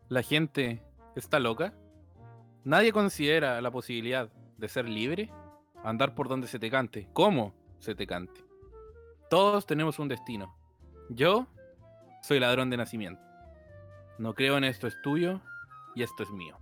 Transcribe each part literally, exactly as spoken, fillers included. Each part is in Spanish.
¿La gente está loca? Nadie considera la posibilidad de ser libre, andar por donde se te cante, como se te cante. Todos tenemos un destino. Yo soy ladrón de nacimiento. No creo en esto es tuyo y esto es mío.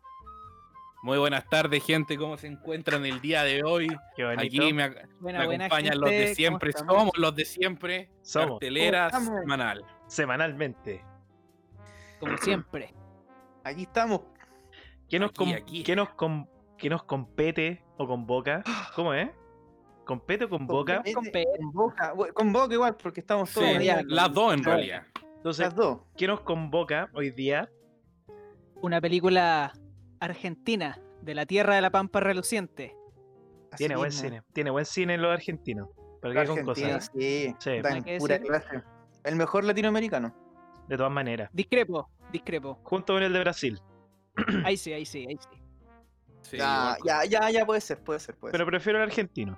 Muy buenas tardes, gente. ¿Cómo se encuentran el día de hoy? Qué bonito. Aquí me, Buena, me buena acompañan gente, los de ¿cómo siempre. estamos? Somos los de siempre. Somos. Cartelera ¿Cómo estamos? semanal. Semanalmente. Como siempre. Aquí estamos. ¿Qué nos, Aquí, com- aquí. ¿qué nos, com- qué nos compete o convoca? ¿Cómo es? ¿Compete o convoca? Con, Con P. con boca, bueno, con boca igual, porque estamos Sí, todos ahí. las dos en realidad. Entonces, Las dos. ¿qué nos convoca hoy día? Una película argentina de la tierra de la pampa reluciente. Así Tiene buen mismo. cine. Tiene buen cine en los argentinos. ¿Para qué con Argentina, cosas? sí. Sí. Dan Hay que pura decirlo. clase. El mejor latinoamericano. De todas maneras. Discrepo, discrepo. Junto con el de Brasil. Ahí sí, ahí sí, ahí sí. Sí, ya, igual. ya, ya, ya puede ser, puede ser, puede Pero ser. prefiero el argentino.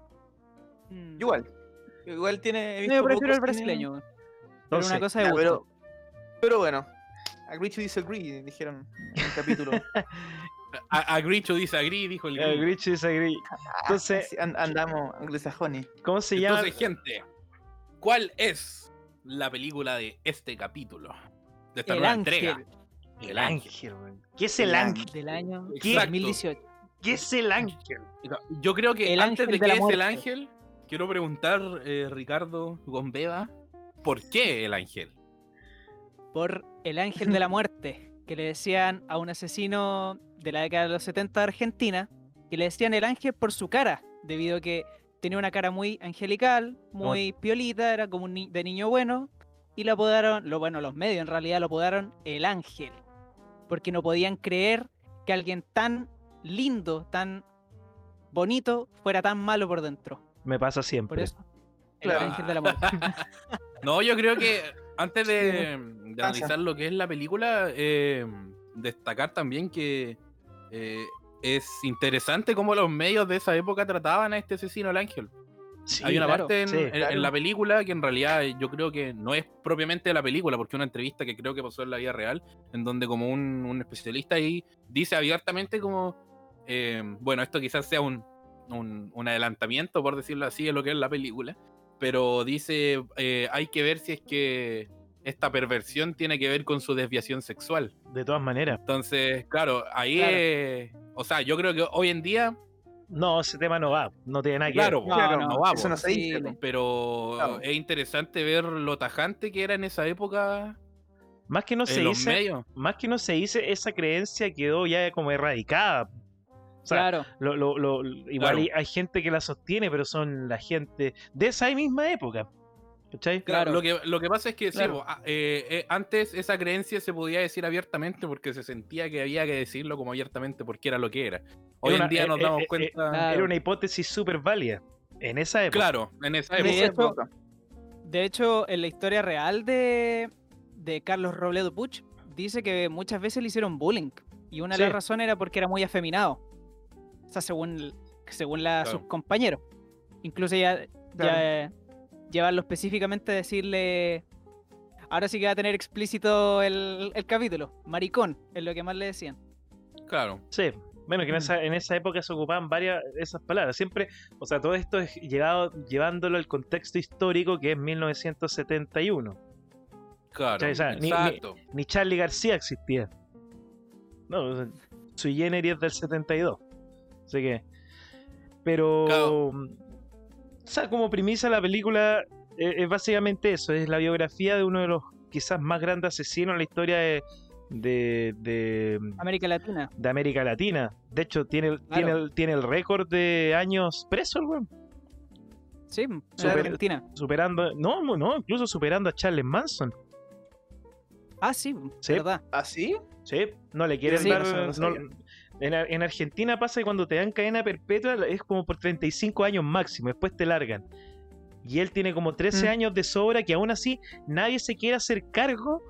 Mm. Igual. Igual tiene. he No, visto yo prefiero el pocos cine- brasileño. weón. Pero Entonces, una cosa de Ya, gusto. pero, pero bueno. Agree to disagree, dijeron en el capítulo. A- Agree to disagree, dijo el el gringo. Grinch disagree. Entonces, Así an- andamos anglosajones. ¿cómo se llama? Entonces, gente, ¿cuál es la película de este capítulo? De esta El nueva Ángel. entrega. El ángel, weón. ¿Qué es el El ángel? Del año Exacto. dos mil dieciocho. ¿Qué es el ángel? Yo creo que El antes ángel de de que la es el muerte. ángel, quiero preguntar, eh, Ricardo Gombeva, ¿por qué el ángel? Por el ángel de la muerte, que le decían a un asesino de la década de los setenta de Argentina, que le decían el ángel por su cara, debido a que tenía una cara muy angelical, muy piolita, era como un ni- de niño bueno, y lo apodaron, lo bueno, los medios en realidad lo apodaron el ángel, porque no podían creer que alguien tan lindo, tan bonito, fuera tan malo por dentro. Me pasa Por siempre. eso, el Claro. ángel de la muerte. No, yo creo que antes de, de pasa. analizar lo que es la película, eh, destacar también que eh, es interesante cómo los medios de esa época trataban a este asesino, el ángel. Sí, Hay una claro, parte en, sí, en- claro. en la película que en realidad yo creo que no es propiamente de la película, porque es una entrevista que creo que pasó en la vida real, en donde como un, un especialista ahí dice abiertamente como, eh, bueno, esto quizás sea un, un, un adelantamiento, por decirlo así, de lo que es la película, pero dice, eh, hay que ver si es que esta perversión tiene que ver con su desviación sexual. de todas maneras. Entonces, claro, ahí Claro. eh, o sea, yo creo que hoy en día, No, ese tema no va. No tiene nada que claro, ver. No, claro, no, no va, Eso po. no se dice. Sí, po. Pero Claro. es interesante ver lo tajante que era en esa época Más que no se en los dice, medios. más que no se dice, esa creencia quedó ya como erradicada. O sea, Claro. lo- lo- lo- igual Claro. hay, hay gente que la sostiene, pero son la gente de esa misma época. ¿Cachai? Claro. Lo que, lo que pasa es que sí, Claro. po, a- eh, eh, antes esa creencia se podía decir abiertamente porque se sentía que había que decirlo como abiertamente porque era lo que era. Hoy Era en una- día eh, nos eh, damos eh, cuenta. Claro. Era una hipótesis súper válida en esa época. Claro, en esa En De época. esa hecho- época. De hecho, en la historia real de, de Carlos Robledo Puch, dice que muchas veces le hicieron bullying. Y una de Sí. las razones era porque era muy afeminado. O sea, según, según la, Claro. sus compañeros. Incluso ya, ya llevarlo específicamente a decirle. Ahora sí que va a tener explícito el, el capítulo. Maricón, es lo que más le decían. Claro. Sí. Bueno, que en Mm. esa, en esa época se ocupaban varias de esas palabras. Siempre, o sea, todo esto es llevado, llevándolo al contexto histórico que es mil novecientos setenta y uno. Claro. O sea, ni- Exacto. Ni Charlie García existía. No, o sea, Sui Generis es del setenta y dos. Así que. Pero. Claro. O sea, como premisa la película es, es básicamente eso. Es la biografía de uno de los quizás más grandes asesinos en la historia de, de, de, América Latina. de América Latina. De hecho, tiene, el- Claro. tiene, el, tiene el récord de años preso, el weón. Sí, en Super- Argentina. Superando. No, no, incluso superando a Charles Manson. Ah, sí, Sí. verdad. ¿Ah, sí? Sí, no le quieren Sí, dar. no no- sabía. en, Ar- en Argentina pasa que cuando te dan cadena perpetua es como por treinta y cinco años máximo, después te largan. Y él tiene como trece Mm. años de sobra que aún así nadie se quiere hacer cargo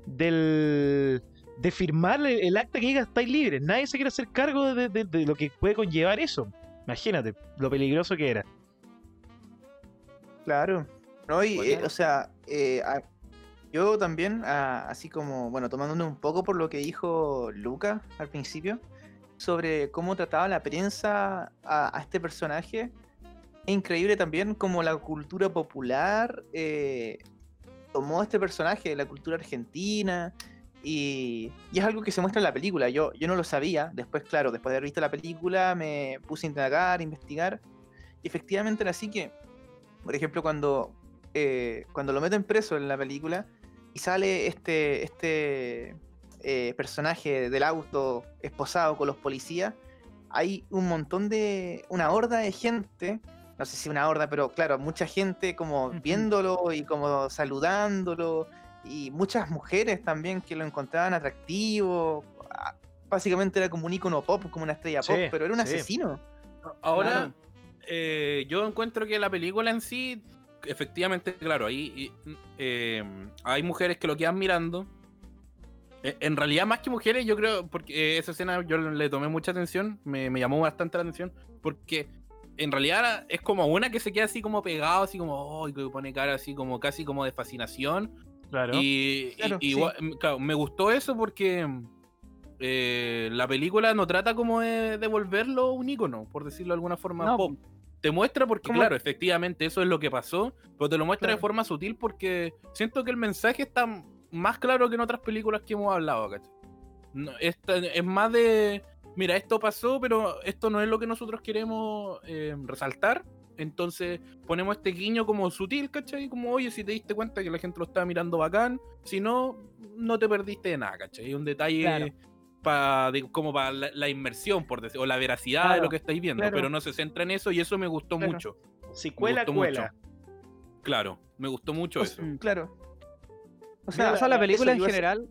del de firmar el, el acta que diga estáis libres. Nadie se quiere hacer cargo de, de- de lo que puede conllevar eso. Imagínate lo peligroso que era. Claro. No, y, Bueno. eh, o sea, eh, a- Yo también, ah, así como, bueno, tomándome un poco por lo que dijo Luca al principio, sobre cómo trataba la prensa a, a este personaje, es increíble también como la cultura popular eh, tomó este personaje, la cultura argentina, y, y es algo que se muestra en la película. Yo, yo no lo sabía, después, claro, después de haber visto la película, me puse a indagar, a investigar, y efectivamente era así que, por ejemplo, cuando, eh, cuando lo meten preso en la película, y sale este, este eh, personaje del auto esposado con los policías, hay un montón de, una horda de gente, no sé si una horda, pero claro, mucha gente como Ujú. viéndolo y como saludándolo, y muchas mujeres también que lo encontraban atractivo. Ah, básicamente era como un icono pop, como una estrella Sí, pop, pero era un sí. asesino. Ahora, Claro. eh, yo encuentro que la película en sí, efectivamente, claro, ahí y, eh, hay mujeres que lo quedan mirando. Eh, En realidad, más que mujeres, yo creo, porque eh, esa escena yo le tomé mucha atención, me, me llamó bastante la atención, porque en realidad es como una que se queda así como pegado, así como, oh, y que pone cara así como casi como de fascinación. Claro. Y, y- Claro, y sí. igual- mm, claro, me gustó eso porque eh, la película no trata como de, de volverlo un ícono, por decirlo de alguna forma, No, pop. Te muestra porque, ¿Cómo? claro, efectivamente eso es lo que pasó, pero te lo muestra de Claro. forma sutil porque siento que el mensaje está más claro que en otras películas que hemos hablado, ¿cachai? No, esta- es más de, mira, esto pasó, pero esto no es lo que nosotros queremos eh, resaltar. Entonces ponemos este guiño como sutil, ¿cachai? Como, oye, si te diste cuenta que la gente lo estaba mirando bacán, si no, no te perdiste de nada, ¿cachai? Un detalle Claro. pa- de- como para la, la inmersión, por decir, o la veracidad de Claro, lo que estáis viendo, claro. pero no se centra en eso y eso me gustó Claro. mucho. Si Me cuela, gustó cuela. mucho. Claro, me gustó mucho O eso. Mm. Claro. O O sea, sea, la película eso en iba a ser- general.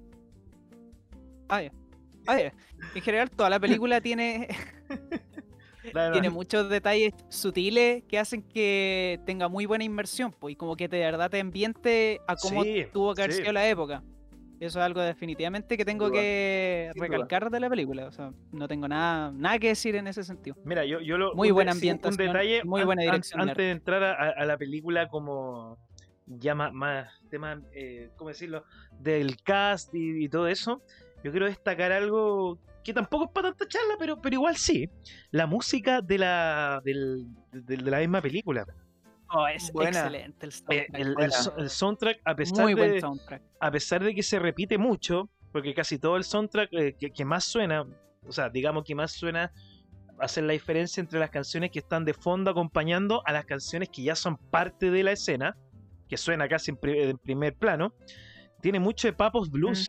Ah, ya. Ah, ya. En general, toda la película tiene, Claro. tiene muchos detalles sutiles que hacen que tenga muy buena inmersión, pues, y como que de verdad te ambiente a cómo Sí, tuvo que haber sí. sido la época. Eso es algo definitivamente que tengo Sin duda, que sin duda. recalcar de la película. O sea, no tengo nada, nada que decir en ese sentido. Mira, yo, yo lo. Muy un de- buena sí, un ambientación, detalle muy an- buena an- dirección de antes de arte. entrar a, a- a la película, como ya más, más temas, eh, ¿cómo decirlo? Del cast y, y todo eso. Yo quiero destacar algo que tampoco es para tanta charla, pero, pero igual sí. La música de la, del- de, de la misma película. Oh, es Buena. excelente el Eh, soundtrack. el, el buena. so- el soundtrack, a pesar Muy buen de, soundtrack. a pesar de que se repite mucho, porque casi todo el soundtrack eh, que, que más suena, o sea, digamos que más suena, hacer la diferencia entre las canciones que están de fondo acompañando a las canciones que ya son parte de la escena, que suena casi en, pri- en primer plano, tiene mucho de Papos Blues.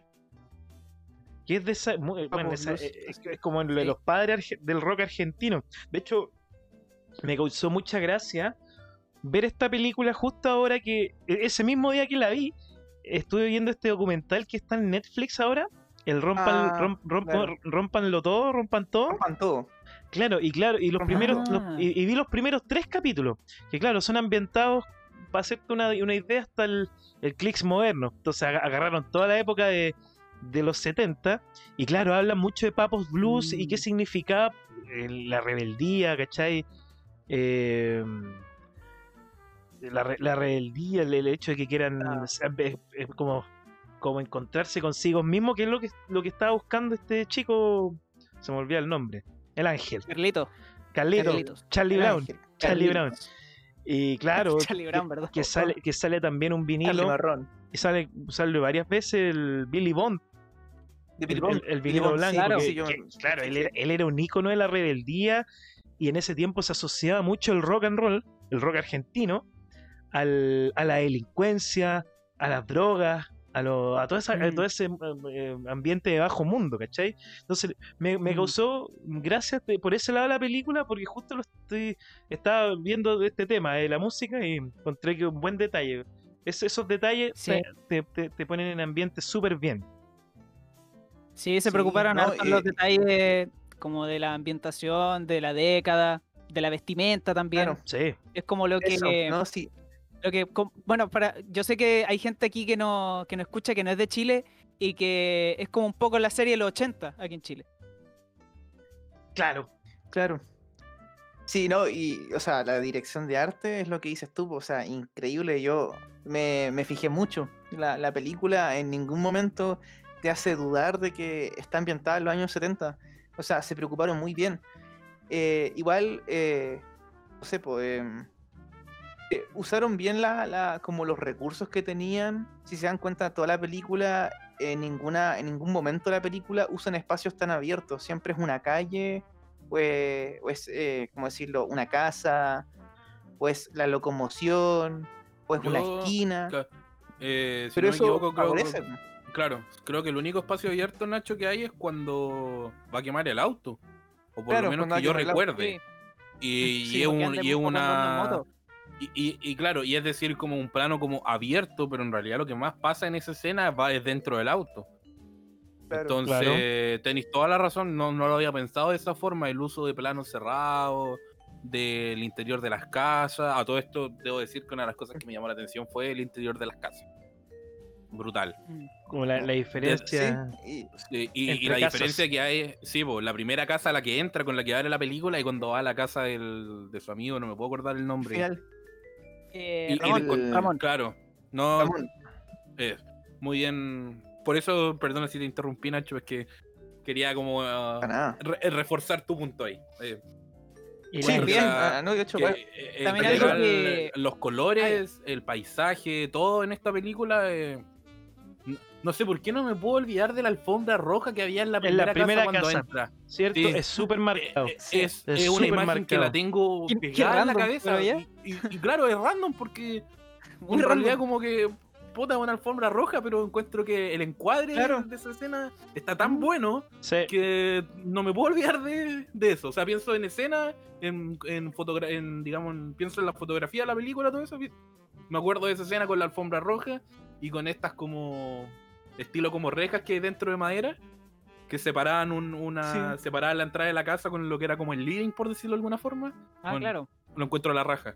Que es de esa, mu- eh, bueno, Papos esa- Blues, eh, es, así es como en lo de sí. los padres arge- del rock argentino. De hecho, me causó mucha gracia ver esta película justo ahora que, e- ese mismo día que la vi, estuve viendo este documental que está en Netflix ahora, el rompan, Ah, rom- rompo- claro. rompanlo todo, rompan todo. Rompan todo. Claro, y claro, y los Rompan primeros, todo. los- y, y vi los primeros tres capítulos, que claro, son ambientados, para hacerte una, una idea, hasta el, el Clicks moderno. Entonces aga- agarraron toda la época de, de los setenta, y claro, hablan mucho de Papos Blues y qué Mm. significaba eh, la rebeldía, ¿cachai? Eh, la, re- la rebeldía, el, el hecho de que quieran Ah. ser- es- es como, como encontrarse consigo mismo, que es lo que, lo que estaba buscando este chico, se me olvida el nombre, el ángel, Carlito. Carlito, Carlitos. Charlie El Brown, ángel, Charlie Carlitos. Brown. Y claro, Charlie Brown, ¿verdad? que sale, que sale también un Charlie vinilo, Marrón. y sale, sale varias veces el Billy Bond, De Billy el, Bond. el- el Billy vinilo Bond, blanco, claro. que- sí, yo- que, claro, sí, él sí. era, él era un ícono de la rebeldía, y en ese tiempo se asociaba mucho el rock and roll, el rock argentino, al, a la delincuencia, a las drogas, a, lo, a, toda esa- a Mm. todo ese eh, ambiente de bajo mundo, ¿cachai? Entonces me, me Mm. causó gracias de- por ese lado la película, porque justo lo estoy estaba viendo de este tema de la música y encontré que un buen detalle. Es- esos detalles Sí. te, te- te- te ponen en ambiente súper bien. Sí, se Sí, preocuparon no, harto en los eh, detalles como de la ambientación, de la década, de la vestimenta también. Claro. Sí. Es como lo Eso, que, no, sí. lo que, com- bueno, para, yo sé que hay gente aquí que no, que no escucha, que no es de Chile y que es como un poco la serie de los ochenta aquí en Chile. Claro. Claro. Sí, no, y, o sea, la dirección de arte es lo que dices tú, o sea, increíble. Yo me, me fijé mucho La, la película en ningún momento te hace dudar de que está ambientada en los años setenta. O sea, se preocuparon muy bien. Eh, igual, eh, no sé, pues, eh, eh, usaron bien la, la, como los recursos que tenían. Si se dan cuenta, toda la película, en, ninguna, en ningún momento de la película usan espacios tan abiertos. Siempre es una calle, pues, o es, eh, ¿cómo decirlo? Una casa, o es la locomoción, o es una Yo, esquina. ca- eh, si Pero no me eso equivoco, creo, favorece. claro, creo que el único espacio abierto, Nacho, que hay es cuando va a quemar el auto. O por Claro, lo menos cuando va que a yo quemar el auto. recuerde. Sí, Y, Sí, y es, porque un- anda y es como cuando anda en una... moto. Y, y- y claro, y es decir, como un plano como abierto, pero en realidad lo que más pasa en esa escena va es dentro del auto. Claro. Entonces, tenéis toda la razón, no, no lo había pensado de esa forma, el uso de planos cerrados, del interior de las casas. A todo esto, debo decir que una de las cosas que me llamó la atención fue el interior de las casas. Brutal. Mm. Como la, la Sí, diferencia. y- Sí, y, y Entre la casas. diferencia que hay, sí, po, la primera casa a la que entra, con la que abre la película, y cuando va a la casa del, de su amigo, no me puedo acordar el nombre. final, Eh, Y- y Ramón, el- Ramón. Claro, no, Ramón, eh, muy bien. Por eso, perdona si te interrumpí, Nacho, es que quería como ah, para nada. re- reforzar tu punto ahí. Eh, Y Sí, la- porque bien. la- ah, no, de hecho, que, bueno, eh, en También algo general, que- los colores, el paisaje, todo en esta película. eh, no, no sé por qué no me puedo olvidar de la alfombra roja que había en la En primera, la primera casa cuando casa. entra. ¿Cierto? Sí. Es súper marcado. Eh, eh, Sí, es, es es una súper imagen que marcado. la tengo Qué- qué pegada en la random, cabeza. pero ya. Y, y- y claro, es random porque Muy en realidad random. como que puta una alfombra roja, pero encuentro que el encuadre Claro. de esa escena está tan bueno Sí. que no me puedo olvidar de, de eso. O sea, pienso en escena, en, en, fotogra- en digamos, en- pienso en la fotografía de la película, todo eso. pi- Me acuerdo de esa escena con la alfombra roja y con estas como estilo como rejas que hay dentro de madera que separaban un- una Sí. separaban la entrada de la casa con lo que era como el living, por decirlo de alguna forma. Ah, Bueno, claro. Lo encuentro a la raja.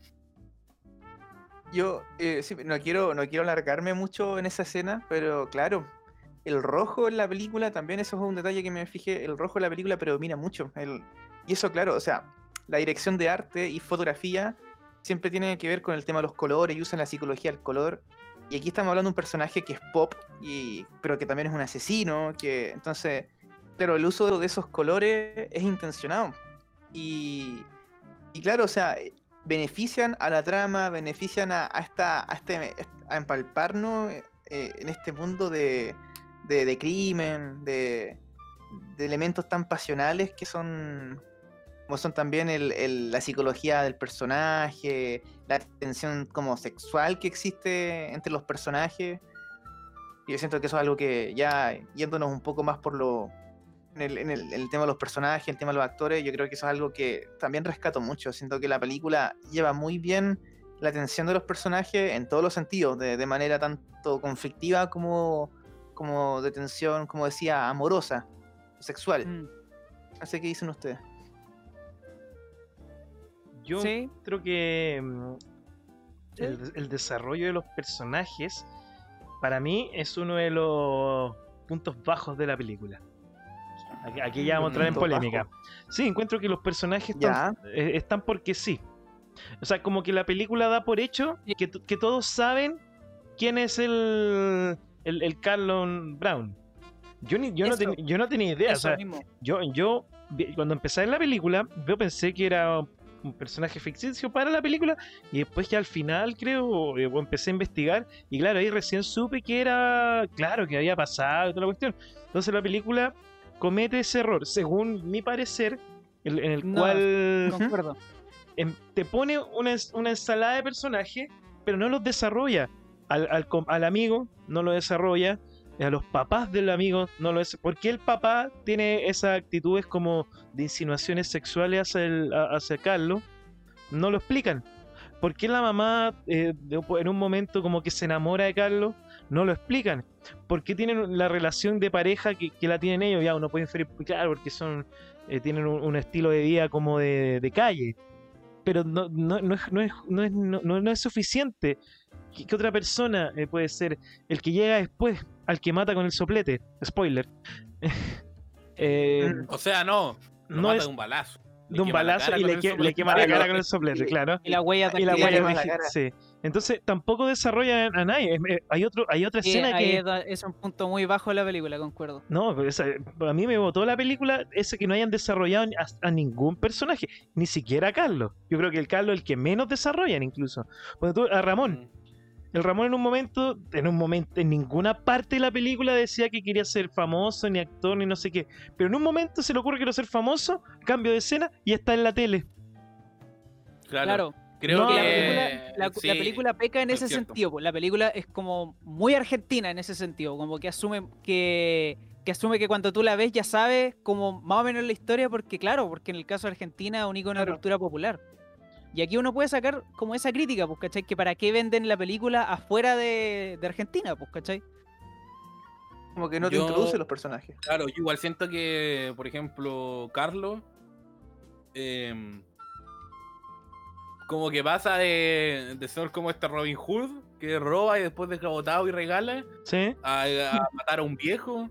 yo eh, sí, no quiero, no quiero alargarme mucho en esa escena, pero claro, el rojo en la película también, eso es un detalle que me fijé, el rojo en la película predomina mucho. El, y eso, claro, o sea, la dirección de arte y fotografía siempre tiene que ver con el tema de los colores y usan la psicología del color. Y aquí estamos hablando de un personaje que es pop, y, pero que también es un asesino, que entonces, claro, el uso de esos colores es intencionado. Y, y claro, o sea, benefician a la trama, benefician a, a esta, a, este, a empalparnos eh, en este mundo de, de, de crimen, de, de elementos tan pasionales que son, como son también el, el- la psicología del personaje, la tensión como sexual que existe entre los personajes. Y yo siento que eso es algo que ya yéndonos un poco más por lo en el, en el- en el tema de los personajes, el tema de los actores, yo creo que eso es algo que también rescato mucho. Siento que la película lleva muy bien la atención de los personajes en todos los sentidos, de, de manera tanto conflictiva como, como de tensión, como decía, amorosa, sexual. Mm. No sé qué dicen ustedes. Yo Sí. creo que mm, el, el desarrollo de los personajes, para mí, es uno de los puntos bajos de la película. Aquí, aquí ya vamos a entrar en Puntos polémica. Sí, encuentro que los personajes están, Ya, eh, están porque sí. O sea, como que la película da por hecho que, t- que todos saben quién es el, el, el Carlon Brown. Yo, ni, yo, no, Eso. ten- yo no tenía idea. O Eso sea, mismo. yo, yo vi- cuando empecé en la película, yo pensé que era un personaje ficticio para la película y después ya al final creo eh, empecé a investigar y claro, ahí recién supe que era, claro, que había pasado y toda la cuestión. Entonces la película comete ese error, según mi parecer, el- en el No, cual Concuerdo. em, te pone una, ens- una ensalada de personajes, pero no los desarrolla. Al, al, com- al amigo no lo desarrolla, a los papás del amigo no lo es. ¿Por qué el papá tiene esas actitudes como de insinuaciones sexuales hacia, el, a- hacia Carlos? No lo explican. ¿Por qué la mamá eh, de- en un momento como que se enamora de Carlos? No lo explican. ¿Por qué tienen la relación de pareja que, que la tienen ellos? Ya uno puede inferir, claro, porque son eh, tienen un, un estilo de vida como de, de calle. Pero no, no, no, es, no, es, no, es, no, no es suficiente. ¿Qué, qué otra persona eh, puede ser el que llega después al que mata con el soplete? Spoiler. Eh, Mm. O sea, no, lo No mata es- de un balazo. Le de un quema la balazo cara y con le, el que- le soplete. quema la Ah, cara no, con el soplete, y- claro. Y la huella Y la dactilar. huella quema la digi- cara. sí. Entonces tampoco desarrolla a nadie. Es- eh, Hay otro, hay otra Sí, escena ahí que. es, do- es un punto muy bajo de la película, concuerdo. No, pero esa- a mí me botó la película ese que no hayan desarrollado a, a ningún personaje, ni siquiera a Carlos. Yo creo que el Carlos es el que menos desarrollan incluso. Cuando tú, a Ramón, Mm. el Ramón en un momento, en un momento, en ninguna parte de la película decía que quería ser famoso, ni actor, ni no sé qué. Pero en un momento se le ocurre que quiero ser famoso, cambio de escena y está en la tele. Claro. Claro. Creo No, que la película, la, sí, la película peca en es ese cierto. sentido, pues. La película es como muy argentina en ese sentido, como que asume que, que asume que cuando tú la ves ya sabes como más o menos la historia, porque claro, porque en el caso de Argentina es un icono de Claro. cultura popular. Y aquí uno puede sacar como esa crítica, pues, ¿cachai? Que para qué venden la película afuera de, de Argentina, pues, ¿cachai? Como que no te Yo- introduce los personajes. Claro, yo igual siento que, por ejemplo, Carlos, em, como que pasa de, de ser como este Robin Hood, que roba y después deja botado y regala, ¿Sí? a, a matar a un viejo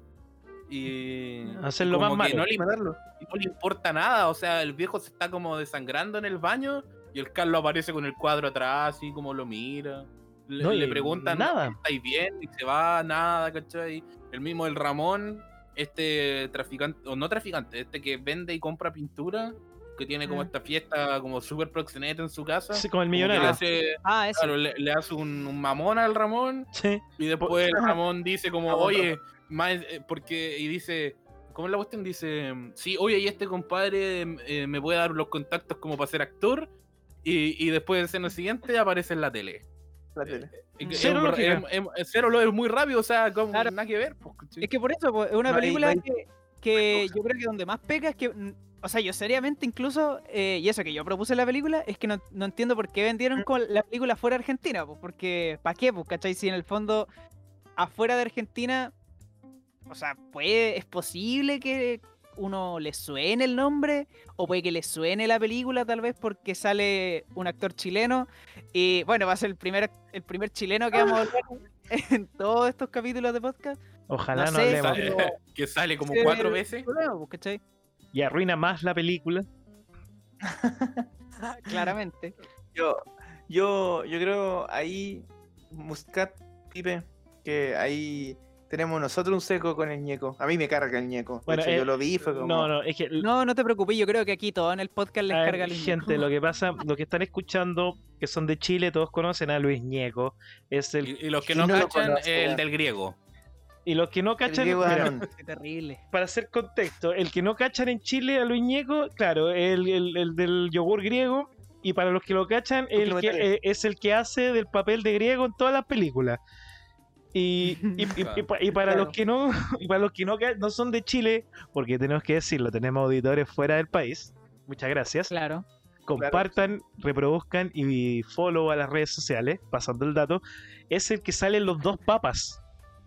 y Hacerlo y como más que malo. no le, Matarlo. no le importa nada, o sea, el viejo se está como desangrando en el baño y el Carlos aparece con el cuadro atrás, así como lo mira. Le, No, le y preguntan, nada. ¿estáis bien? Y se va, nada, ¿cachai? El mismo el Ramón, este traficante, o no traficante, este que vende y compra pintura, que tiene como Mm. esta fiesta como súper proxeneta en su casa. Sí, como el como que le millonario. hace, Ah, ese. claro, le, le hace un, un mamón al Ramón Sí. y después el Ajá. Ramón dice como, Ramón oye, más, eh, porque, y dice, ¿cómo es la cuestión? Dice, sí, oye, y este compadre eh, me puede dar los contactos como para ser actor, y, y después de escena siguiente aparece en la tele. La tele. Y que Cero es, un- lógica. es- es- es cero lo es muy rápido, o sea, como Claro. nada que ver. Pues, ¿cachai? Es que por eso, pues, es una No hay- película no hay- que, que yo creo que donde más pega es que, mm, o sea, yo seriamente incluso, eh, y eso que yo propuse en la película, es que no, no entiendo por qué vendieron con la película fuera de Argentina, pues, porque, ¿para qué? Pues, ¿cachai? Si en el fondo, afuera de Argentina, o sea, puede, es posible que uno le suene el nombre, o puede que le suene la película tal vez porque sale un actor chileno, y bueno, va a ser el primer, el primer chileno que vamos a hablar en todos estos capítulos de podcast. Ojalá No no, sé, hablemos. Sale- pero- que sale como Ese cuatro es el veces. problema, pues, ¿cachai? Y arruina más la película. Claramente. Yo, yo, yo creo ahí, Muscat, Pipe, que ahí tenemos nosotros un seco con el ñeco. A mí me carga el ñeco. De Bueno, hecho, eh, yo lo vi y fue como. No, no, es que. No, no te preocupes, yo creo que aquí todo en el podcast les a ver, carga el gente, lo que pasa, lo que están escuchando, que son de Chile, todos conocen a Luis Ñeco. Es el, Y, y los que ¿Quién no no lo cachan, conoce, el weón? del griego. y los que no El cachan, Diego mira, Danón. Qué terrible. para hacer contexto, el que no cachan en Chile a Luis Ñeco, claro, el, el, el del yogur griego. Y para los que lo cachan, el que, Complementarios. eh, es el que hace del papel de griego en todas las películas. Y, y, y- y pa- y para Claro. los que no, y para los que no, ca- no son de Chile, porque tenemos que decirlo, tenemos auditores fuera del país. Muchas gracias. Claro. Compartan, reproduzcan y follow a las redes sociales, pasando el dato. Es el que salen los dos papas.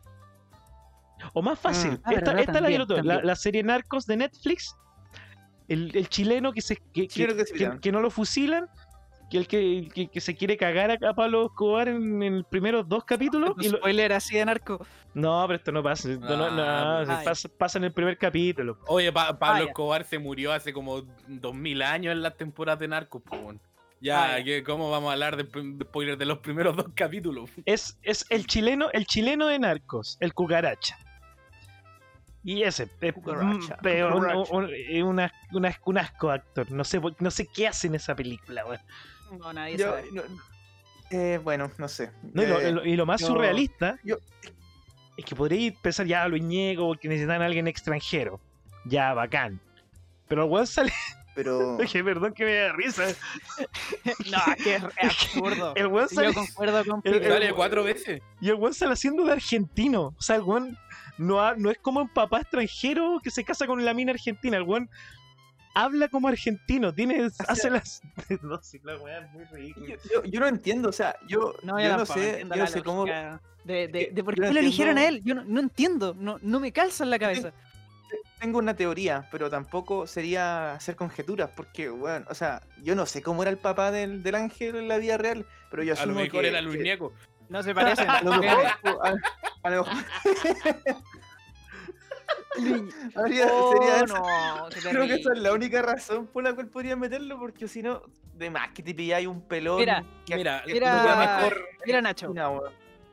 O más fácil, Mm. Ah, esta, verdad, esta es la, también, que lo- la, también. la serie Narcos de Netflix. El, el chileno que, se, que, que- Chileno que que- fusilan. que no lo fusilan, que el que, que, que se quiere cagar a, a Pablo Escobar en, en los primeros dos capítulos. Y lo- Spoiler así de narco. no, pero esto no pasa. esto no, no, Ah, se pues. pasa, pasa en el primer capítulo. Oye, Pa- Pablo Ah, ya. Escobar se murió hace como dos mil años en las temporadas de Narcos, po, weón. Ya, Ah, ya. que ¿cómo vamos a hablar de, de spoilers de los primeros dos capítulos? Es, es el chileno, el chileno de Narcos, el cucaracha. Y ese, es Cucaracha, mm, pero un, cucaracha. un- un- una- una- un asco actor. No sé, por- no sé qué hace en esa película, weón. No, nadie Yo, sabe. no- eh, bueno, no sé. No, y, lo, Eh, lo- y lo más yo- surrealista yo- es que podría pensar ya a Luis Ñeco porque necesitan a alguien extranjero. Ya, bacán. Pero el weón sale. Pero. Dije, perdón que me da risa. No, es que es absurdo. El weón Sí, sale. yo concuerdo con el- Pipe. el- Sale cuatro veces. Y el weón sale haciendo de argentino. O sea, el weón no, ha- no es como un papá extranjero que se casa con la mina argentina. El weón habla como argentino. Tiene, hace las. No sé, la weá es muy ridícula. Yo, yo- yo no entiendo, o sea, yo No, yo yo no tampoco sé, entiendo yo la no sé cómo. lógica De, de, que de por yo qué no lo eligieron a entiendo- él. Yo no, no entiendo. No, no me calza en la cabeza. Tengo una teoría, pero tampoco sería hacer conjeturas, porque, bueno, o sea, yo no sé cómo era el papá del, del ángel en la vida real, pero yo A lo asumo mejor que, era Luis que- Ñeco. No se parecen. a lo mejor, a, a lo mejor, Habría- Oh, sería eso. no, qué Creo que esa es terrible. la única razón por la cual podría meterlo, porque si no, de más que te pilláis un pelón. Mira, que mira, que mira, actúa mejor. mira, Nacho. No, weón.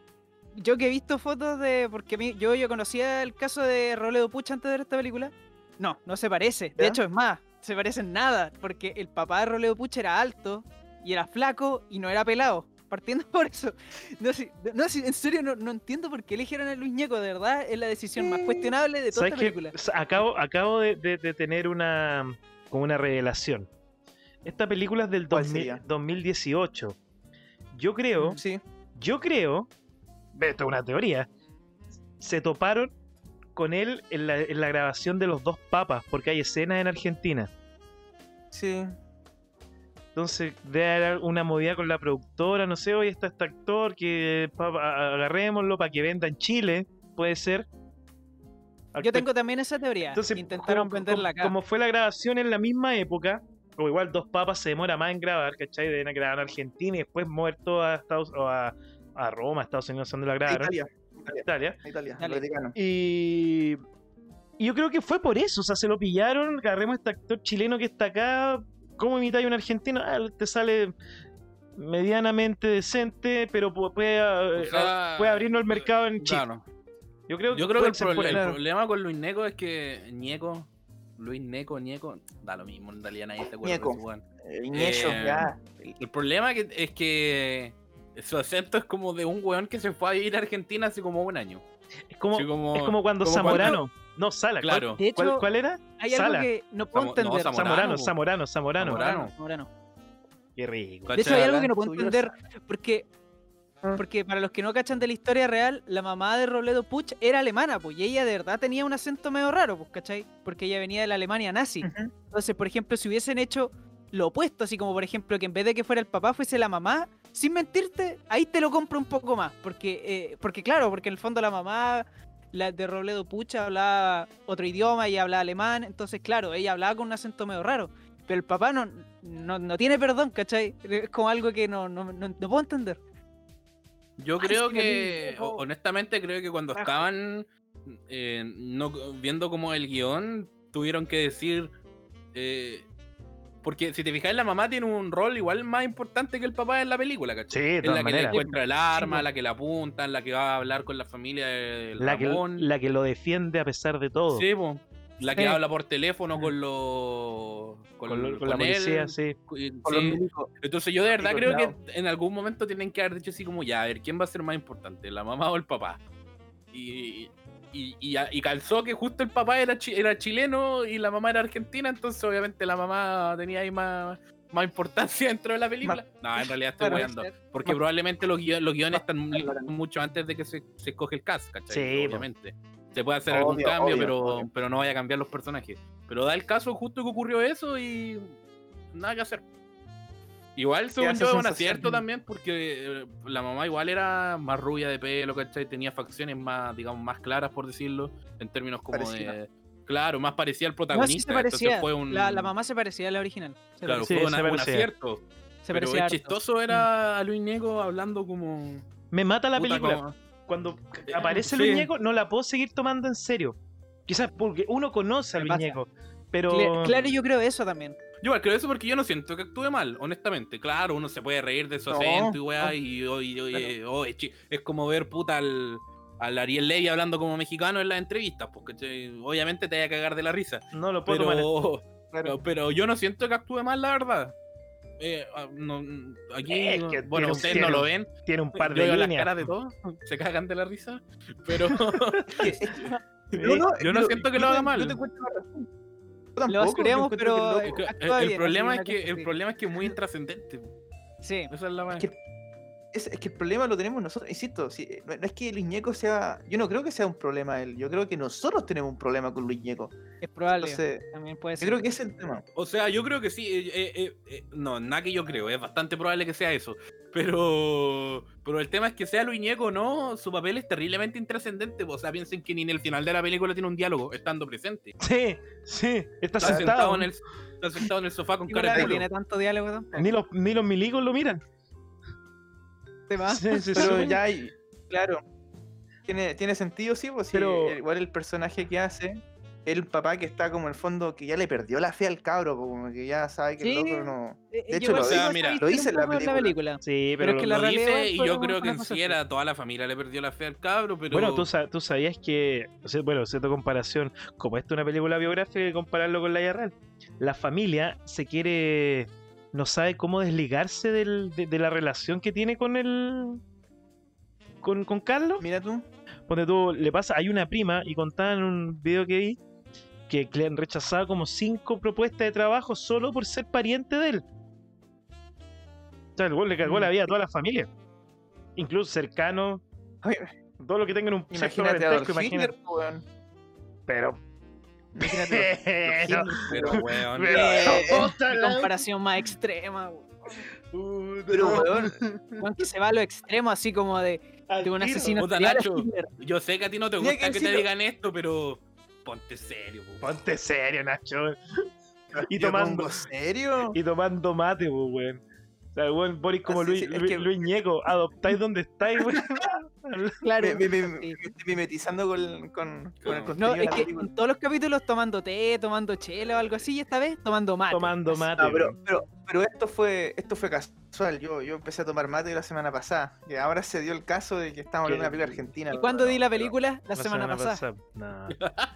Yo que he visto fotos de. Porque a mí, yo, yo conocía el caso de Robledo Puch antes de ver esta película. No, no se parece. De ¿Ya? hecho, es más, se parecen nada. Porque el papá de Robledo Puch era alto y era flaco y no era pelado. Partiendo por eso. No, si, no, si- en serio, no, no entiendo por qué eligieron a Luis Ñeco. De verdad, es la decisión más cuestionable de toda ¿Sabes esta qué? película. S- Acabo, acabo de, de- de tener una como una revelación. Esta película es del ¿Cuál dos mil sería? dos mil dieciocho. Yo creo, Sí. yo creo, esto es una teoría, se toparon con él en la, en la grabación de Los Dos Papas, porque hay escenas en Argentina. Sí. Entonces, debe haber una movida con la productora, no sé, hoy está este actor que pa- a- agarrémoslo para que venda en Chile, puede ser. Yo Actor- tengo también esa teoría. Entonces, Intentaron como, venderla acá. como fue la grabación en la misma época, o igual Dos Papas se demora más en grabar, ¿cachai? Deben grabar en Argentina y después mover todo a Estados o a, a Roma, a Estados Unidos, donde la A grabaron. Italia. Italia. Italia. a Italia. Dale. al Vaticano. Y, y yo creo que fue por eso, o sea, se lo pillaron, agarremos a este actor chileno que está acá, ¿cómo imitáis a un argentino? Ah, te sale medianamente decente, pero pu- puede, O eh, sea, puede abrirnos el mercado en Chile. Claro. Yo creo, Yo creo que puede el, ser por proble- ahí. el problema con Luis Neco es que Ñeco, Luis Neco, Ñeco, da lo mismo, en realidad nadie se acuerda Ñeco. de ese weón. El Ñecho, Eh, ya. El problema que- es que su acento es como de un weón que se fue a vivir a Argentina hace como un año. Es como, Sí, como- es como cuando como Zamorano, no, Sala, ¿cuál- Claro. De ¿cuál, hecho, cuál era? hay Sala. algo que no puedo Samo- no, entender. Zamorano, Zamorano, po. Zamorano, Zamorano. Zamorano. Zamorano. Qué rico. ¿Cachai? De hecho, hay algo Hablan que no puedo suyo, entender, porque, Ah. porque para los que no cachan de la historia real, la mamá de Robledo Puch era alemana, pues, y ella de verdad tenía un acento medio raro, pues, ¿cachai? Porque ella venía de la Alemania nazi. Ujú. Entonces, por ejemplo, si hubiesen hecho lo opuesto, así como por ejemplo que en vez de que fuera el papá fuese la mamá, sin mentirte, ahí te lo compro un poco más, porque, eh, porque claro, porque en el fondo la mamá la de Robledo Puch hablaba otro idioma y hablaba alemán, entonces claro, ella hablaba con un acento medio raro. Pero el papá no, no, no tiene perdón, ¿cachai? Es como algo que no, no, no, no puedo entender. Yo Ay, creo sí, me que, vi, ho- honestamente, creo que cuando Bajo. estaban eh, no, viendo como el guión, tuvieron que decir. eh, porque si te fijas, la mamá tiene un rol igual más importante que el papá en la película, ¿cachai? Sí, de Es todas la que le maneras. encuentra el arma, pues. la que la apuntan, la que va a hablar con la familia del La que, Ramón. la que lo defiende a pesar de todo. Sí, po. La que Sí. habla por teléfono Mm. con los. Con, con, lo- con con la policía, él. sí. y- Con los sí. milicos. Entonces yo de verdad Amigos, creo no. que en algún momento tienen que haber dicho así como ya, a ver, ¿quién va a ser más importante? ¿La mamá o el papá? Y, y, y, y calzó que justo el papá era, chi- era chileno y la mamá era argentina, entonces obviamente la mamá tenía ahí más, más importancia dentro de la película. No, en realidad estoy Claro. weando. Porque Más- probablemente los, guio- los guiones están más- listos mucho antes de que se, se escoge el cast, ¿cachai? Sí, po. Obviamente. Se puede hacer algún Obvio, cambio, obvio, pero, obvio. pero no vaya a cambiar los personajes. Pero da el caso justo que ocurrió eso y nada que hacer. Igual, según hace yo, es un sensación. acierto también, porque eh, la mamá igual era más rubia de pelo, ¿cachai? Tenía facciones más, digamos, más claras, por decirlo, en términos como Parecida. de... Claro, más parecía al No, sí protagonista. se parecía. Entonces fue un... la, la mamá se parecía a la original. Se Claro, parecía, Sí, fue se una- un parecía. acierto. se Pero parecía es harto. chistoso era a Luis Nego hablando como... Me mata la puta, película. como- Cuando Eh, aparece sí. Luis Ñeco, no la puedo seguir tomando en serio. Quizás porque uno conoce a Me Luis pasa. Ñeco, pero... Cle- Claro, yo creo eso también. Yo igual creo eso porque yo no siento que actúe mal, honestamente. Claro, uno se puede reír de su No, acento y weá, no. y, y- y- y- oh, es, chi- es como ver puta al, al Ariel Levy hablando como mexicano en las entrevistas, porque obviamente te vaya a cagar de la risa. No lo puedo tomar en- Pero, Claro. pero, pero yo no siento que actúe mal, la verdad. Eh, ah, no, aquí, Es que bueno, tiene- ustedes tiene- no lo ven. Tiene un par Yo de veo las líneas. caras de todos, se cagan de la risa, pero No, no, yo no yo- siento que yo lo te- haga mal. Yo te encuentro la razón. Yo Lo tampoco, yo basureamos, encuentro pero- que el el, loco- actúa el bien, problema así es que que nada que el decir. problema es que es muy intrascendente. Sí. Esa es la Es que, es, es que el problema lo tenemos nosotros, insisto, si- no, no es que Luis Ñeco sea, yo no creo que sea un problema él, yo creo que nosotros tenemos un problema con Luis Ñeco. Es probable. Entonces, También puede yo ser. creo que ese es el tema. O sea, yo creo que sí. eh, eh, eh, eh, no, nada que yo creo. Es bastante probable que sea eso. Pero. Pero el tema es que sea Luis Ñeco o no, su papel es terriblemente intrascendente. O sea, piensen que ni en el final de la película tiene un diálogo, estando presente. Sí, sí, está Está sentado. sentado, en el, está sentado en el sofá con cara Igual de no culo. tiene tanto diálogo tampoco. Ni los, ni los milicos lo miran. ¿Te va? Sí, sí, Pero sí. ya hay, claro, tiene, tiene sentido, sí, pues sí, Pero- igual el personaje que hace el papá que está como en el fondo, que ya le perdió la fe al cabro, como que ya sabe que Sí. el loco no... Eh, De eh, hecho, yo lo igual dice- sigo mira, esa lo dice visión en la un poco película. película. Sí, Pero pero, es que lo- la Lo realidad dice igual y fue yo una- creo que una en cosa sí así. era toda la familia le perdió la fe al cabro, pero... Bueno, tú, sa- tú sabías que, o sea, bueno, cierta comparación, como esto es una película biográfica, hay que compararlo con la vida real. La familia se quiere, no sabe cómo desligarse del- de, de la relación que tiene con el, con, con Carlos. Mira tú. Ponte tú, le pasa, hay una prima, y contaba en un video que vi, que le han rechazado como cinco propuestas de trabajo solo por ser pariente de él. O sea, el güey le cagó Mm. la vida a toda la familia. Incluso cercano, Oye, todo lo que tengan un cierto imagínate a parentesco, Adolf imagina- Hitler, po, weón. Pero. Imagínate a Adolf Hitler, Pero, po, weón. weón, Pero- Eh, puta qué la- comparación más extrema, weón. Puta, Pero, no. weón, Weón, que se va a lo extremo, así como de, Al de un tiro. asesino Puta, serial a Nacho. Hitler. yo sé que a ti no te Tenía gusta que que te decirlo. digan esto, pero ponte serio, po. Ponte serio, Nacho. Y yo tomando, pongo serio. y tomando mate, pues, weón. O sea, weón, Boris como Ah, sí, Luis, sí, es Luis, que- Luis Ñeco, adoptáis donde estáis, weón. Claro. Me, me- me- sí. me estoy mimetizando con, con, con el No, contenido No, de es la que película. en todos los capítulos tomando té, tomando chela o algo así, y esta vez tomando mate. Tomando Así. mate. No, pero, weón. pero, pero esto fue esto fue casual. Yo, yo empecé a tomar mate la semana pasada. Que ahora se dio el caso de que estamos hablando de una película argentina. ¿Y cuándo di la pero- película? La, semana, pasada. No.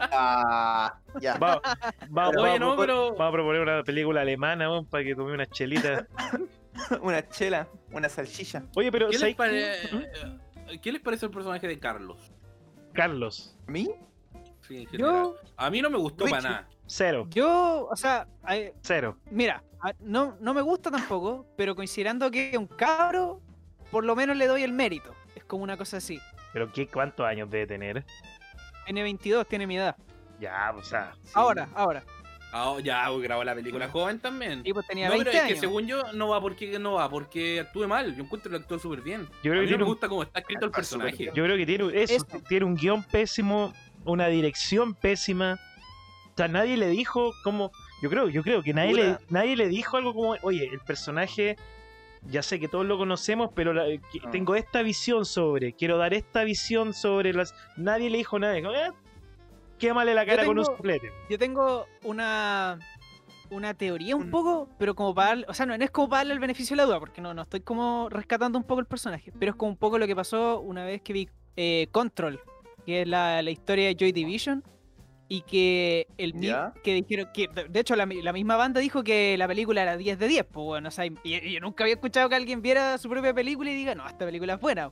Ah, ya. Vamos, vamos, Oye, vamos, no, pero... vamos a proponer una película alemana, weón, para que tome una chelita. Una chela, una salchicha. Oye, pero ¿Qué les, ¿sabes pare- qué? ¿Mm? eh, ¿Qué les parece el personaje de Carlos? Carlos, ¿A mí? Sí, en general. Yo, A mí no me gustó Richie. para nada. cero, yo, o sea, ay, cero. mira, a- no, no me gusta tampoco, pero considerando que es un cabro, por lo menos le doy el mérito. Es como una cosa así. Pero qué, ¿cuántos años debe tener? Tiene veintidós, tiene mi edad. Ya, o sea, Sí. Ahora, ahora. Ah, ya, pues, grabó la película joven también. Y pues tenía No, pero veinte es años. que según yo no va porque no va porque actúe mal. Yo encuentro que actúa súper bien. yo creo A que mí no tiene me un, gusta cómo está escrito el Actúa súper personaje. bien. yo creo que tiene eso, Eso. tiene un guión pésimo, una dirección pésima. O sea, nadie le dijo cómo. Yo creo, yo creo que nadie le, Puta. nadie le dijo algo como, oye, el personaje, ya sé que todos lo conocemos, pero la- que- Ah. tengo esta visión sobre, quiero dar esta visión sobre las. Nadie le dijo nada. Dijo, eh, quémale la Yo cara con un tengo- soplete. Yo tengo una una teoría un Un- poco, pero como para darle- o sea, no, no es como para darle el beneficio de la duda, porque no, no estoy como rescatando un poco el personaje, pero es como un poco lo que pasó una vez que vi eh, Control, que es la, la historia de Joy Division, y que el mi- ¿Ya? que dijeron que de de hecho la, mi- la misma banda dijo que la película era diez de diez, pues bueno, o sea, y, y yo nunca había escuchado que alguien viera su propia película y diga, no, esta película es buena.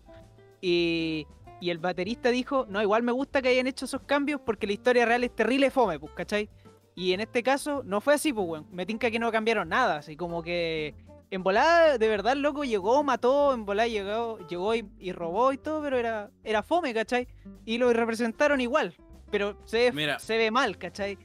Y, y el baterista dijo, no, igual me gusta que hayan hecho esos cambios porque la historia real es terrible fome, pues, ¿cachai? Y en este caso no fue así, pues, weón. Me tinca que no cambiaron nada, así como que en volada, de verdad, el loco llegó, mató, en volada llegó, llegó y, y robó y todo, pero era, era fome, ¿cachai? Y lo representaron igual, pero se ve, Mira. se ve mal, ¿cachai?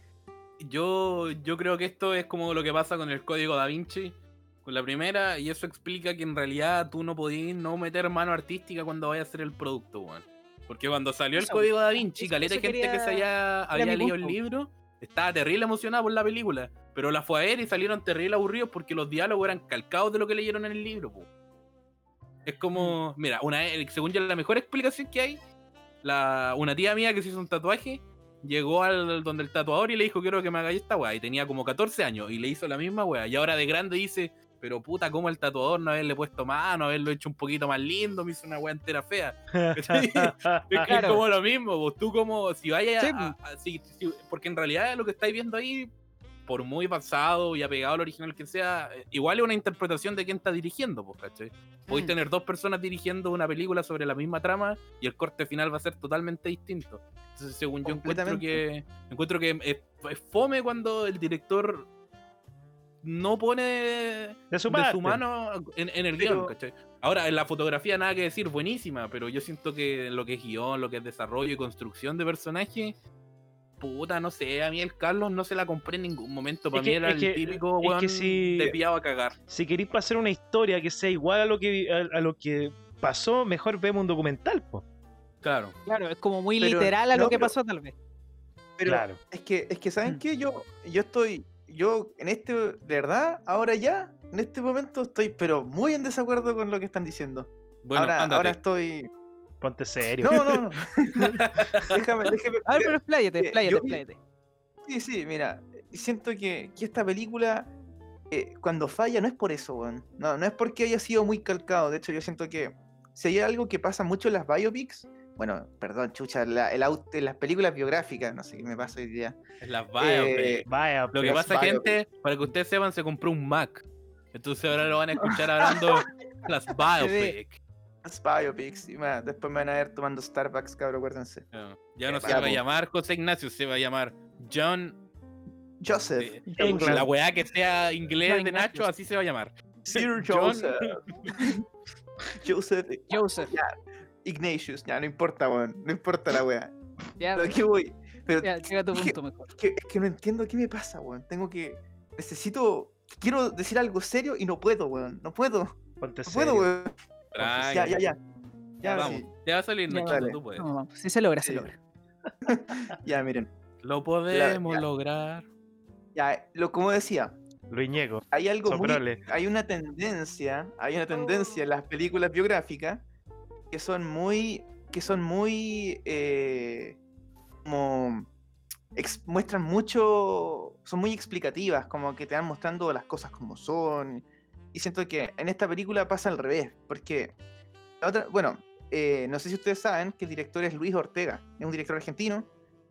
Yo, yo creo que esto es como lo que pasa con el código Da Vinci, con la primera, y eso explica que en realidad tú no podías no meter mano artística cuando vayas a hacer el producto, weón. Porque cuando salió el Eso, código Da Vinci, eso- caleta de eso gente que quería- se haya, había mi leído el punto. libro, estaba terrible emocionada por la película, pero la fue a ver y salieron terrible aburridos porque los diálogos eran calcados de lo que leyeron en el libro, po. Es como, mira, una, según yo la mejor explicación que hay, la, una tía mía que se hizo un tatuaje, llegó al donde el tatuador y le dijo, quiero que me hagáis esta weá, y tenía como catorce años, y le hizo la misma weá, y ahora de grande dice, pero puta, como el tatuador no haberle puesto mano, haberlo hecho un poquito más lindo, me hizo una weá entera fea. ¿Cachai? Es que es Claro. como lo mismo, vos tú como, si vayas Sí, a- a- si- si- porque en realidad lo que estáis viendo ahí, por muy basado y apegado al original que sea, eh, igual es una interpretación de quién está dirigiendo, pues, ¿cachai? Podéis Mm. tener dos personas dirigiendo una película sobre la misma trama y el corte final va a ser totalmente distinto. Entonces, según yo encuentro que encuentro que es, es fome cuando el director no pone De su de parte. su mano en, en el Pero- guión, ¿cachai? Ahora, en la fotografía nada que decir, buenísima, pero yo siento que en lo que es guión, lo que es desarrollo y construcción de personaje, puta, no sé, a mí el Carlos no se la compré en ningún momento. Para Es mí que- era es el que- típico es que weón si- desviado a cagar. Si queréis pasar una historia que sea igual a lo que vi- a, a lo que pasó, mejor vemos un documental, po. Claro. Claro, es como muy Pero- literal a no, lo que pero- pasó tal vez. Pero Claro. es que, es que ¿saben Mm. qué? Yo, yo estoy, yo en este, de verdad, ahora ya, en este momento estoy, pero muy en desacuerdo con lo que están diciendo. Bueno, ahora, ándate. ahora estoy. Ponte serio. No, no, no. déjame, déjame. A ver, pero expláyate, Eh, expláyate, yo- expláyate. Sí, sí, mira, siento que, que esta película, eh, cuando falla, no es por eso, weón. No, no es porque haya sido muy calcado. De hecho, yo siento que si hay algo que pasa mucho en las biopics, bueno, perdón, chucha, la- el aut- en las películas biográficas, no sé qué me pasa hoy día. Es las Eh, biopics. Vaya, Lo que las pasa, biopics. gente, para que ustedes sepan, se compró un Mac. Entonces ahora lo van a escuchar hablando las biopics. Las biopics, y ma, después me van a ver tomando Starbucks, cabrón, acuérdense. Ah, Ya no Eh, se va a vamos. llamar José Ignacio, se va a John. John. Joseph. eh, England. la weá que sea inglés John de Ignacio. Nacho, así se va a llamar. Sir John- Joseph. Joseph. Joseph. Ya, Ignatius, ya, no importa, weón. No importa la weá. Ya, Pero aquí voy. Pero ya, llega a tu es que- punto mejor. es que, es que no entiendo qué me pasa, weón. Tengo que. Necesito. Quiero decir algo serio y no puedo, weón. No puedo. Ponte No puedo, serio. weón. Tranqui. Ya, ya, ya. Ya, Vamos, sí. te va a salir, Ya, Nachito, dale. tú puedes. Vamos, vamos. Si se logra, se Sí. logra. Ya, miren. Lo podemos ya. lograr. Ya, lo como decía, Luis Ñeco. hay algo muy, Soprole. hay una tendencia, hay una tendencia en las películas biográficas que son muy, que son muy, eh, como, ex- muestran mucho, son muy explicativas, como que te van mostrando las cosas como son, y siento que en esta película pasa al revés, porque, la otra, bueno, eh, no sé si ustedes saben que el director es Luis Ortega, es un director argentino,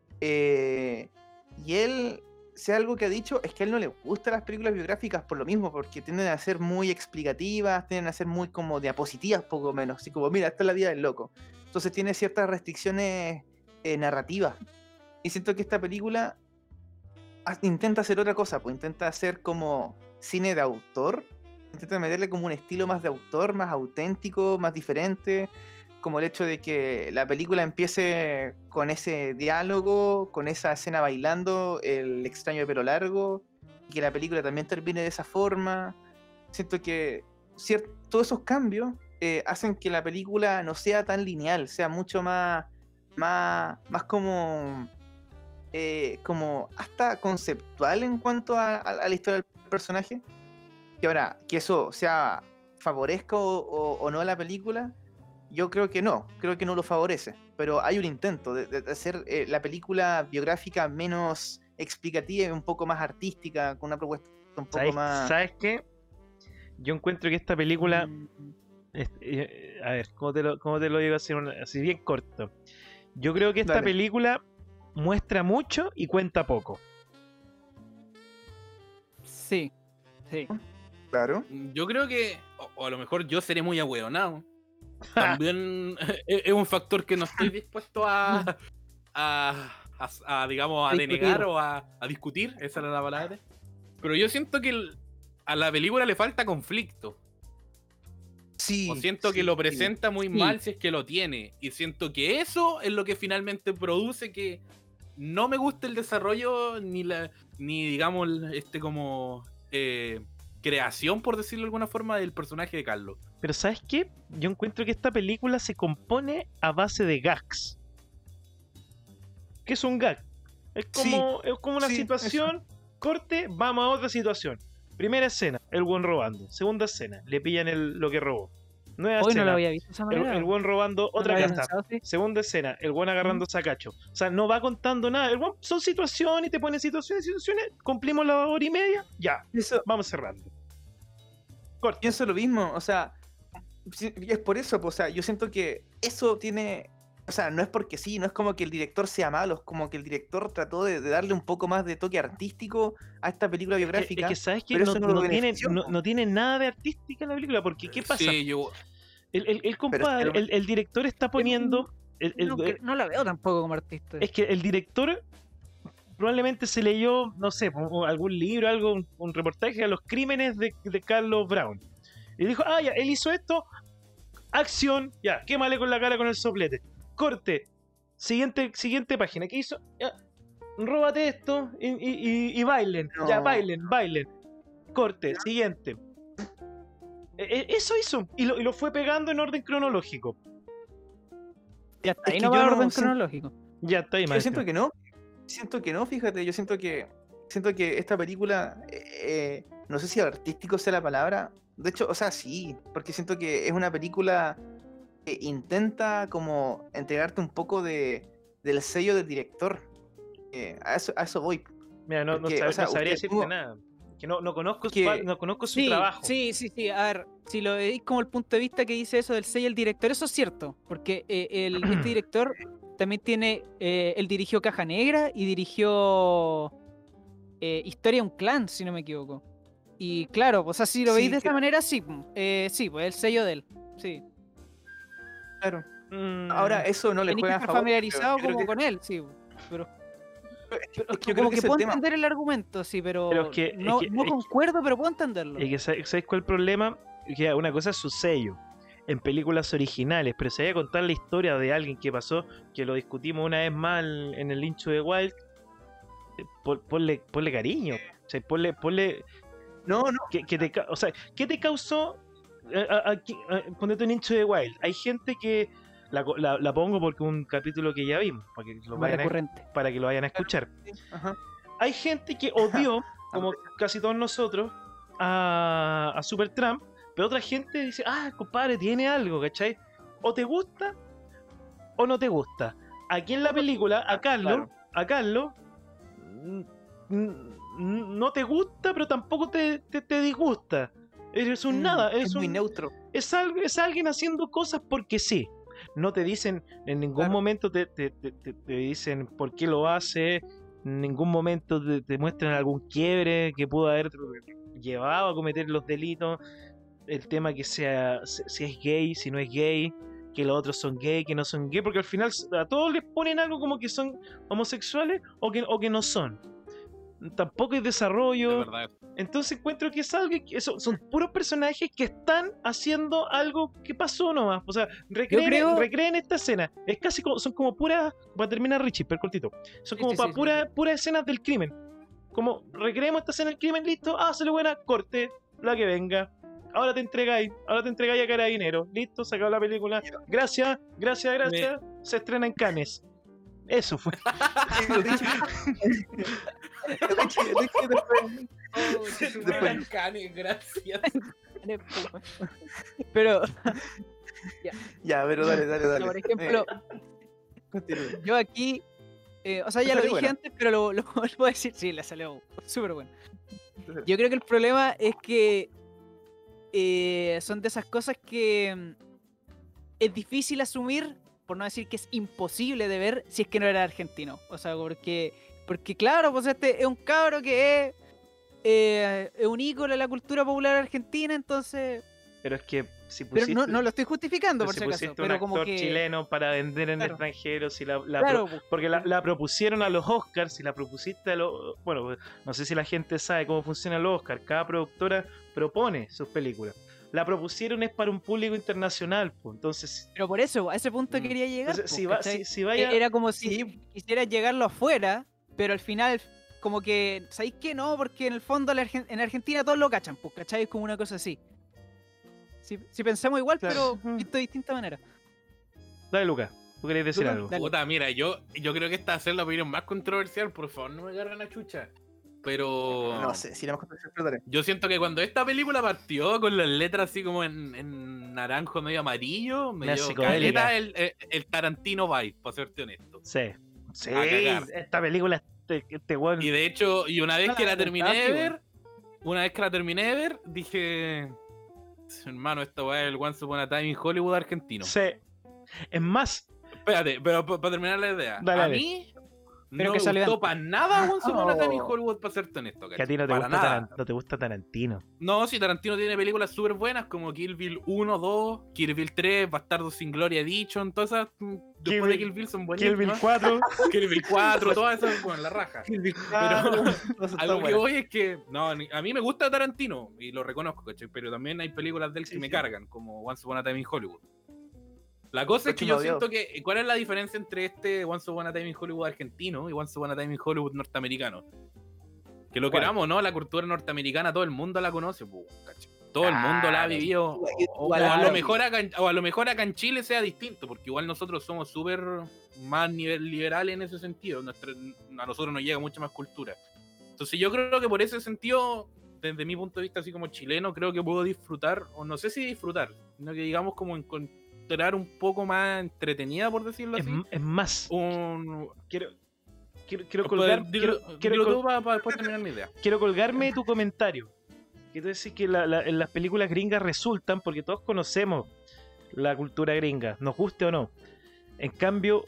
eh, y él, si algo que ha dicho es que a él no le gustan las películas biográficas por lo mismo, porque tienden a ser muy explicativas, tienden a ser muy como diapositivas, poco menos, así como, mira, esta es la vida del loco. Entonces tiene ciertas restricciones eh, narrativas. Y siento que esta película ha- intenta hacer otra cosa, pues intenta hacer como cine de autor, intenta meterle como un estilo más de autor, más auténtico, más diferente, como el hecho de que la película empiece con ese diálogo, con esa escena bailando, el extraño de pelo largo, y que la película también termine de esa forma. Siento que cier- todos esos cambios eh, hacen que la película no sea tan lineal, sea mucho más, más, más como, eh, como hasta conceptual en cuanto a, a- a la historia del personaje. Y ahora, que eso sea favorezca o, o- o no a la película, yo creo que no, creo que no lo favorece. Pero hay un intento de, de- de hacer eh, la película biográfica menos explicativa y un poco más artística, con una propuesta un poco ¿Sabes, más. ¿Sabes qué? Yo encuentro que esta película. Mm, es- eh, a ver, ¿cómo te lo, cómo te lo digo así, una- así bien corto? Yo creo que esta Dale. película muestra mucho y cuenta poco. Sí, sí. Claro. Yo creo que, o, o a lo mejor yo seré muy ahueonado. También es, es un factor que no estoy dispuesto a, a, a- a, digamos, a A discutir. denegar o a, a discutir, esa era la palabra. Pero yo siento que el- a la película le falta conflicto. Sí. O siento que sí, lo sí. presenta muy Sí. mal si es que lo tiene. Y siento que eso es lo que finalmente produce que no me guste el desarrollo ni la ni digamos este como eh, creación, por decirlo de alguna forma, del personaje de Carlos. Pero ¿sabes qué? Yo encuentro que esta película se compone a base de gags. ¿Qué es un gag? Es como, es como una sí, situación, corte, vamos a otra situación. Primera escena, el buen robando. Segunda escena, le pillan el, lo que robó. Nueva Hoy no escena, lo había visto de esa el, manera. el buen robando No lo otra había casa. pensado así. Segunda escena, el buen agarrando sacacho. O sea, no va contando nada. El buen son situaciones, te pone situaciones, situaciones. Cumplimos la hora y media, ya, Eso, vamos cerrando. Corta. pienso lo mismo, o sea, sí, y es por eso, pues, o sea, yo siento que eso tiene, o sea, no es porque sí, no es como que el director sea malo, es como que el director trató de, de darle un poco más de toque artístico a esta película Es que- biográfica. Es que, ¿sabes qué? pero No, eso no lo no tiene, benefició, no, po. no tiene nada de artística en la película, porque ¿qué pasa? Sí, yo, El, el, el compadre, es que no- el, el director está poniendo... el- el- No, que- no la veo tampoco como artista. es que el director probablemente se leyó, no sé, po- algún libro, algo, un, un reportaje a los crímenes de, de Carlos Brown. Y dijo, ah, ya, él hizo esto, acción, ya, quémale con la cara con el soplete. Corte, siguiente, siguiente página, ¿qué hizo? Ya, róbate esto y, y, y- y bailen, ya, No. bailen, bailen. Corte, siguiente. E- e- Eso hizo, y lo, y lo fue pegando en orden cronológico. Ya está, es ahí que no va yo a no orden siento- cronológico. Ya está ahí, Yo maestro. siento que no, siento que no, fíjate, yo siento que siento que esta película, eh, no sé si artístico sea la palabra, de hecho, o sea, sí, porque siento que es una película que intenta como entregarte un poco de, del sello del director. Eh, a, eso, a eso voy. Mira, no, no, Porque, sab- o sea, no sabría usted- decirte ¿cómo- nada. Que no, no conozco su, que- pa- no conozco su Sí, trabajo. sí, sí, sí. A ver, si lo veis como el punto de vista que dice eso del sello el director, eso es cierto. Porque eh, el, este director también tiene. Eh, él dirigió Caja Negra y dirigió eh, Historia de un Clan, si no me equivoco. Y claro, pues así lo veis Sí, de esta que- manera, sí. pum. Eh, sí, pues el sello de él. Sí. Claro. Mm, Ahora, eso no le Tenéis que juega a estar favor. familiarizado pero yo creo como que- con él, sí. Pero, es que- pero es que yo creo como que que es el puedo tema. entender el argumento, sí, pero, Pero es que- es no, que- no es que- concuerdo, pero puedo entenderlo. Y que, sa- ¿sabes cuál es el problema? Que una cosa es su sello en películas originales, pero si hay que contar la historia de alguien que pasó, que lo discutimos una vez más en en el Lincho de Wild, eh, pon- ponle, ponle cariño. O sea, ponle, ponle No, no. que, que te, ca- o sea, ¿qué te causó? A, a- a- qui- a- ponete un Lincho de Wild. Hay gente que la, co- la- la pongo porque es un capítulo que ya vimos, para que lo Más vayan a, recurrente. para que lo vayan a escuchar. Ajá. Hay gente que odió, como casi todos nosotros, a, a Supertramp, pero otra gente dice, ah, compadre, tiene algo, ¿cachai? O te gusta o no te gusta. Aquí en la película, a Carlos, Claro. a Carlos, mm, mm, no te gusta, pero tampoco te, te, te disgusta. Eres un Mm, nada, es es, muy un, neutro. es, algo, es alguien haciendo cosas porque sí. No te dicen, en ningún Claro. momento te, te, te, te- te dicen por qué lo hace, en ningún momento te, te muestran algún quiebre que pudo haber llevado a cometer los delitos, el tema que sea, si si es gay, si no es gay, que los otros son gay, que no son gay, porque al final a todos les ponen algo como que son homosexuales o que, o que no son. Tampoco hay Es desarrollo. verdad. Entonces encuentro que es algo que eso- son puros personajes que están haciendo algo que pasó nomás. O sea, recreen, creo- recreen esta escena. Es casi como, son como puras. Va a terminar Richie, pero cortito. Son Sí, como sí, para sí, sí, puras puras escenas del crimen. Como recreemos esta escena del crimen, listo. Ah, sale buena, corte, la que venga. Ahora te entregáis, ahora te entregáis a Carabinero. Listo, se acabó la película. Gracias, gracias, gracias. Se estrena en Cannes. Eso fue. El Richie- el Richie- el Richie después- Oh, Después- gracias. Pero, Ya, pero dale, dale, dale. por ejemplo, Eh, continúe. yo aquí, eh, o sea, Le ya lo salió dije buena. antes, pero lo, lo vuelvo a decir, sí, le salió súper bueno. Yo creo que el problema es que eh, son de esas cosas que mm, es difícil asumir, por no decir que es imposible de ver si es que no era argentino. O sea, porque, porque claro, pues este es un cabro que es, eh, es un ícono de la cultura popular argentina, entonces... Pero es que si Pero pusiste. no, no lo estoy justificando, Pero por si si acaso. pusiste un Pero como actor que... chileno para vender en el Claro. extranjero, si la, la Claro, pro- pues, porque la, la propusieron a los Oscars, si la propusiste a los... Bueno, no sé si la gente sabe cómo funcionan los Oscars, cada productora propone sus películas. La propusieron es para un público internacional, pues, entonces... pero por eso, a ese punto Mm. quería llegar. entonces, pues, si, va, ¿cachai? si, si vaya... E- Era como si Sí, quisieras llegarlo afuera, pero al final, como que, ¿sabéis qué? No, porque en el fondo la Argen- en Argentina todos lo cachan, pues, ¿cachai? Es como una cosa así. Si, si pensamos igual, Claro. pero visto de distinta manera. Dale, Lucas, tú querías decir Lucas, algo. dale. Puta, mira, yo, yo creo que esta va a ser la opinión más controversial, por favor, no me agarren a chucha. Pero no sé, si la más controversial, pero dale. yo siento que cuando esta película partió con las letras así como en, en naranjo medio amarillo, me Una dio psicodélica. caleta el, el, el Tarantino vibe, para serte honesto. Sí. Sí, A cagar. esta película, este, este weón... Y de hecho, y una vez No que la la terminé de contaste, ver, una vez que la terminé de ver, dije, hermano, esta weá es el Once Upon a Time in Hollywood argentino. Sí. Es más, Espérate, pero para terminar la idea, Dale, a dale. mí Pero no que me salió gustó antes. para nada Once Upon a Time in Oh. Hollywood, para serte honesto, que a ti no te, para gusta nada. Taran- no te gusta Tarantino. No, si Tarantino tiene películas súper buenas como Kill Bill uno, dos, Kill Bill tres, Bastardo sin Gloria Edition, todas esas mm, después Kill de Bill- Kill Bill son Kill Bill buenísimas. cuatro. Kill Bill cuatro, todas esas, bueno, la raja. Pero A lo que voy es que, no, ni- a mí me gusta Tarantino y lo reconozco, ¿cachai? Pero también hay películas de él que Sí, me sí. cargan, como Once Upon a Time in Hollywood. La cosa es que Porque yo me odió. siento que, ¿cuál es la diferencia entre este Once Upon a Time in Hollywood argentino y Once Upon a Time in Hollywood norteamericano? Que lo ¿Cuál? queramos, ¿no? La cultura norteamericana, todo el mundo la conoce, pues, ¿cachai? Todo el mundo la ha Claro. vivido. O, o- Igual, o a lo claro. mejor acá, en- o a lo mejor acá en Chile sea distinto, porque igual nosotros somos súper más nivel liberales en ese sentido. Nuestra- a nosotros nos llega mucha más cultura. Entonces yo creo que por ese sentido, desde mi punto de vista así como chileno, creo que puedo disfrutar, o no sé si disfrutar, sino que digamos como encontrar un poco más entretenida, por decirlo Es, así. es más, Un... quiero, quiero, quiero Pues, colgar, dilo, quiero, quiero dilo col- tú para después terminar mi idea. quiero colgarme de tu comentario. Que tú decís que la- la- en las películas gringas resultan, porque todos conocemos la cultura gringa, nos guste o no. En cambio,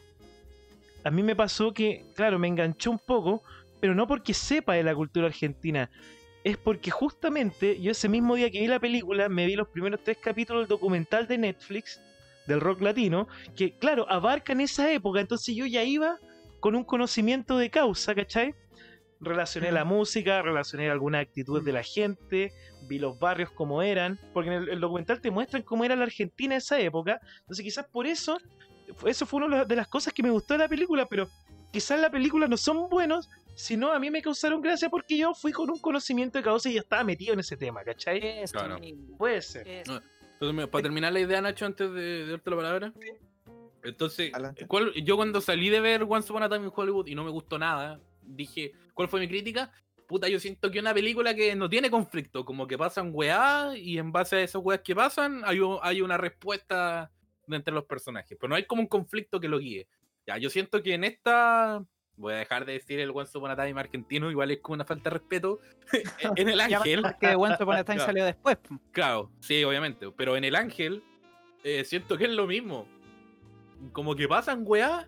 a mí me pasó que, claro, me enganchó un poco, pero no porque sepa de la cultura argentina. Es porque justamente yo ese mismo día que vi la película me vi los primeros tres capítulos del documental de Netflix del rock latino, que claro, abarcan esa época, entonces yo ya iba con un conocimiento de causa, ¿cachai? Relacioné la música, relacioné algunas actitudes de la gente, vi los barrios como eran, porque en el, el documental te muestran cómo era la Argentina en esa época, entonces quizás por eso, eso fue una de las cosas que me gustó de la película, pero quizás la película no son buenos, sino a mí me causaron gracia porque yo fui con un conocimiento de causa y ya estaba metido en ese tema, ¿cachai? Eso Claro. mismo. Puede ser. Eso. No, Entonces, mira, para terminar la idea, Nacho, antes de, de darte la palabra. Entonces, Adelante. ¿cuál- yo cuando salí de ver Once Upon a Time in Hollywood y no me gustó nada, dije, ¿cuál fue mi crítica? Puta, yo siento que una película que no tiene conflicto, como que pasan weá y en base a esas weas que pasan hay, u- hay una respuesta de entre los personajes, pero no hay como un conflicto que lo guíe. Ya, yo siento que en esta, voy a dejar de decir el Once Upon a Time argentino, igual es como una falta de respeto, en el Ya, Ángel. porque Once Upon a Time Claro. salió después. po. Claro, sí, obviamente. Pero en el Ángel, eh, siento que es lo mismo. Como que pasan weá.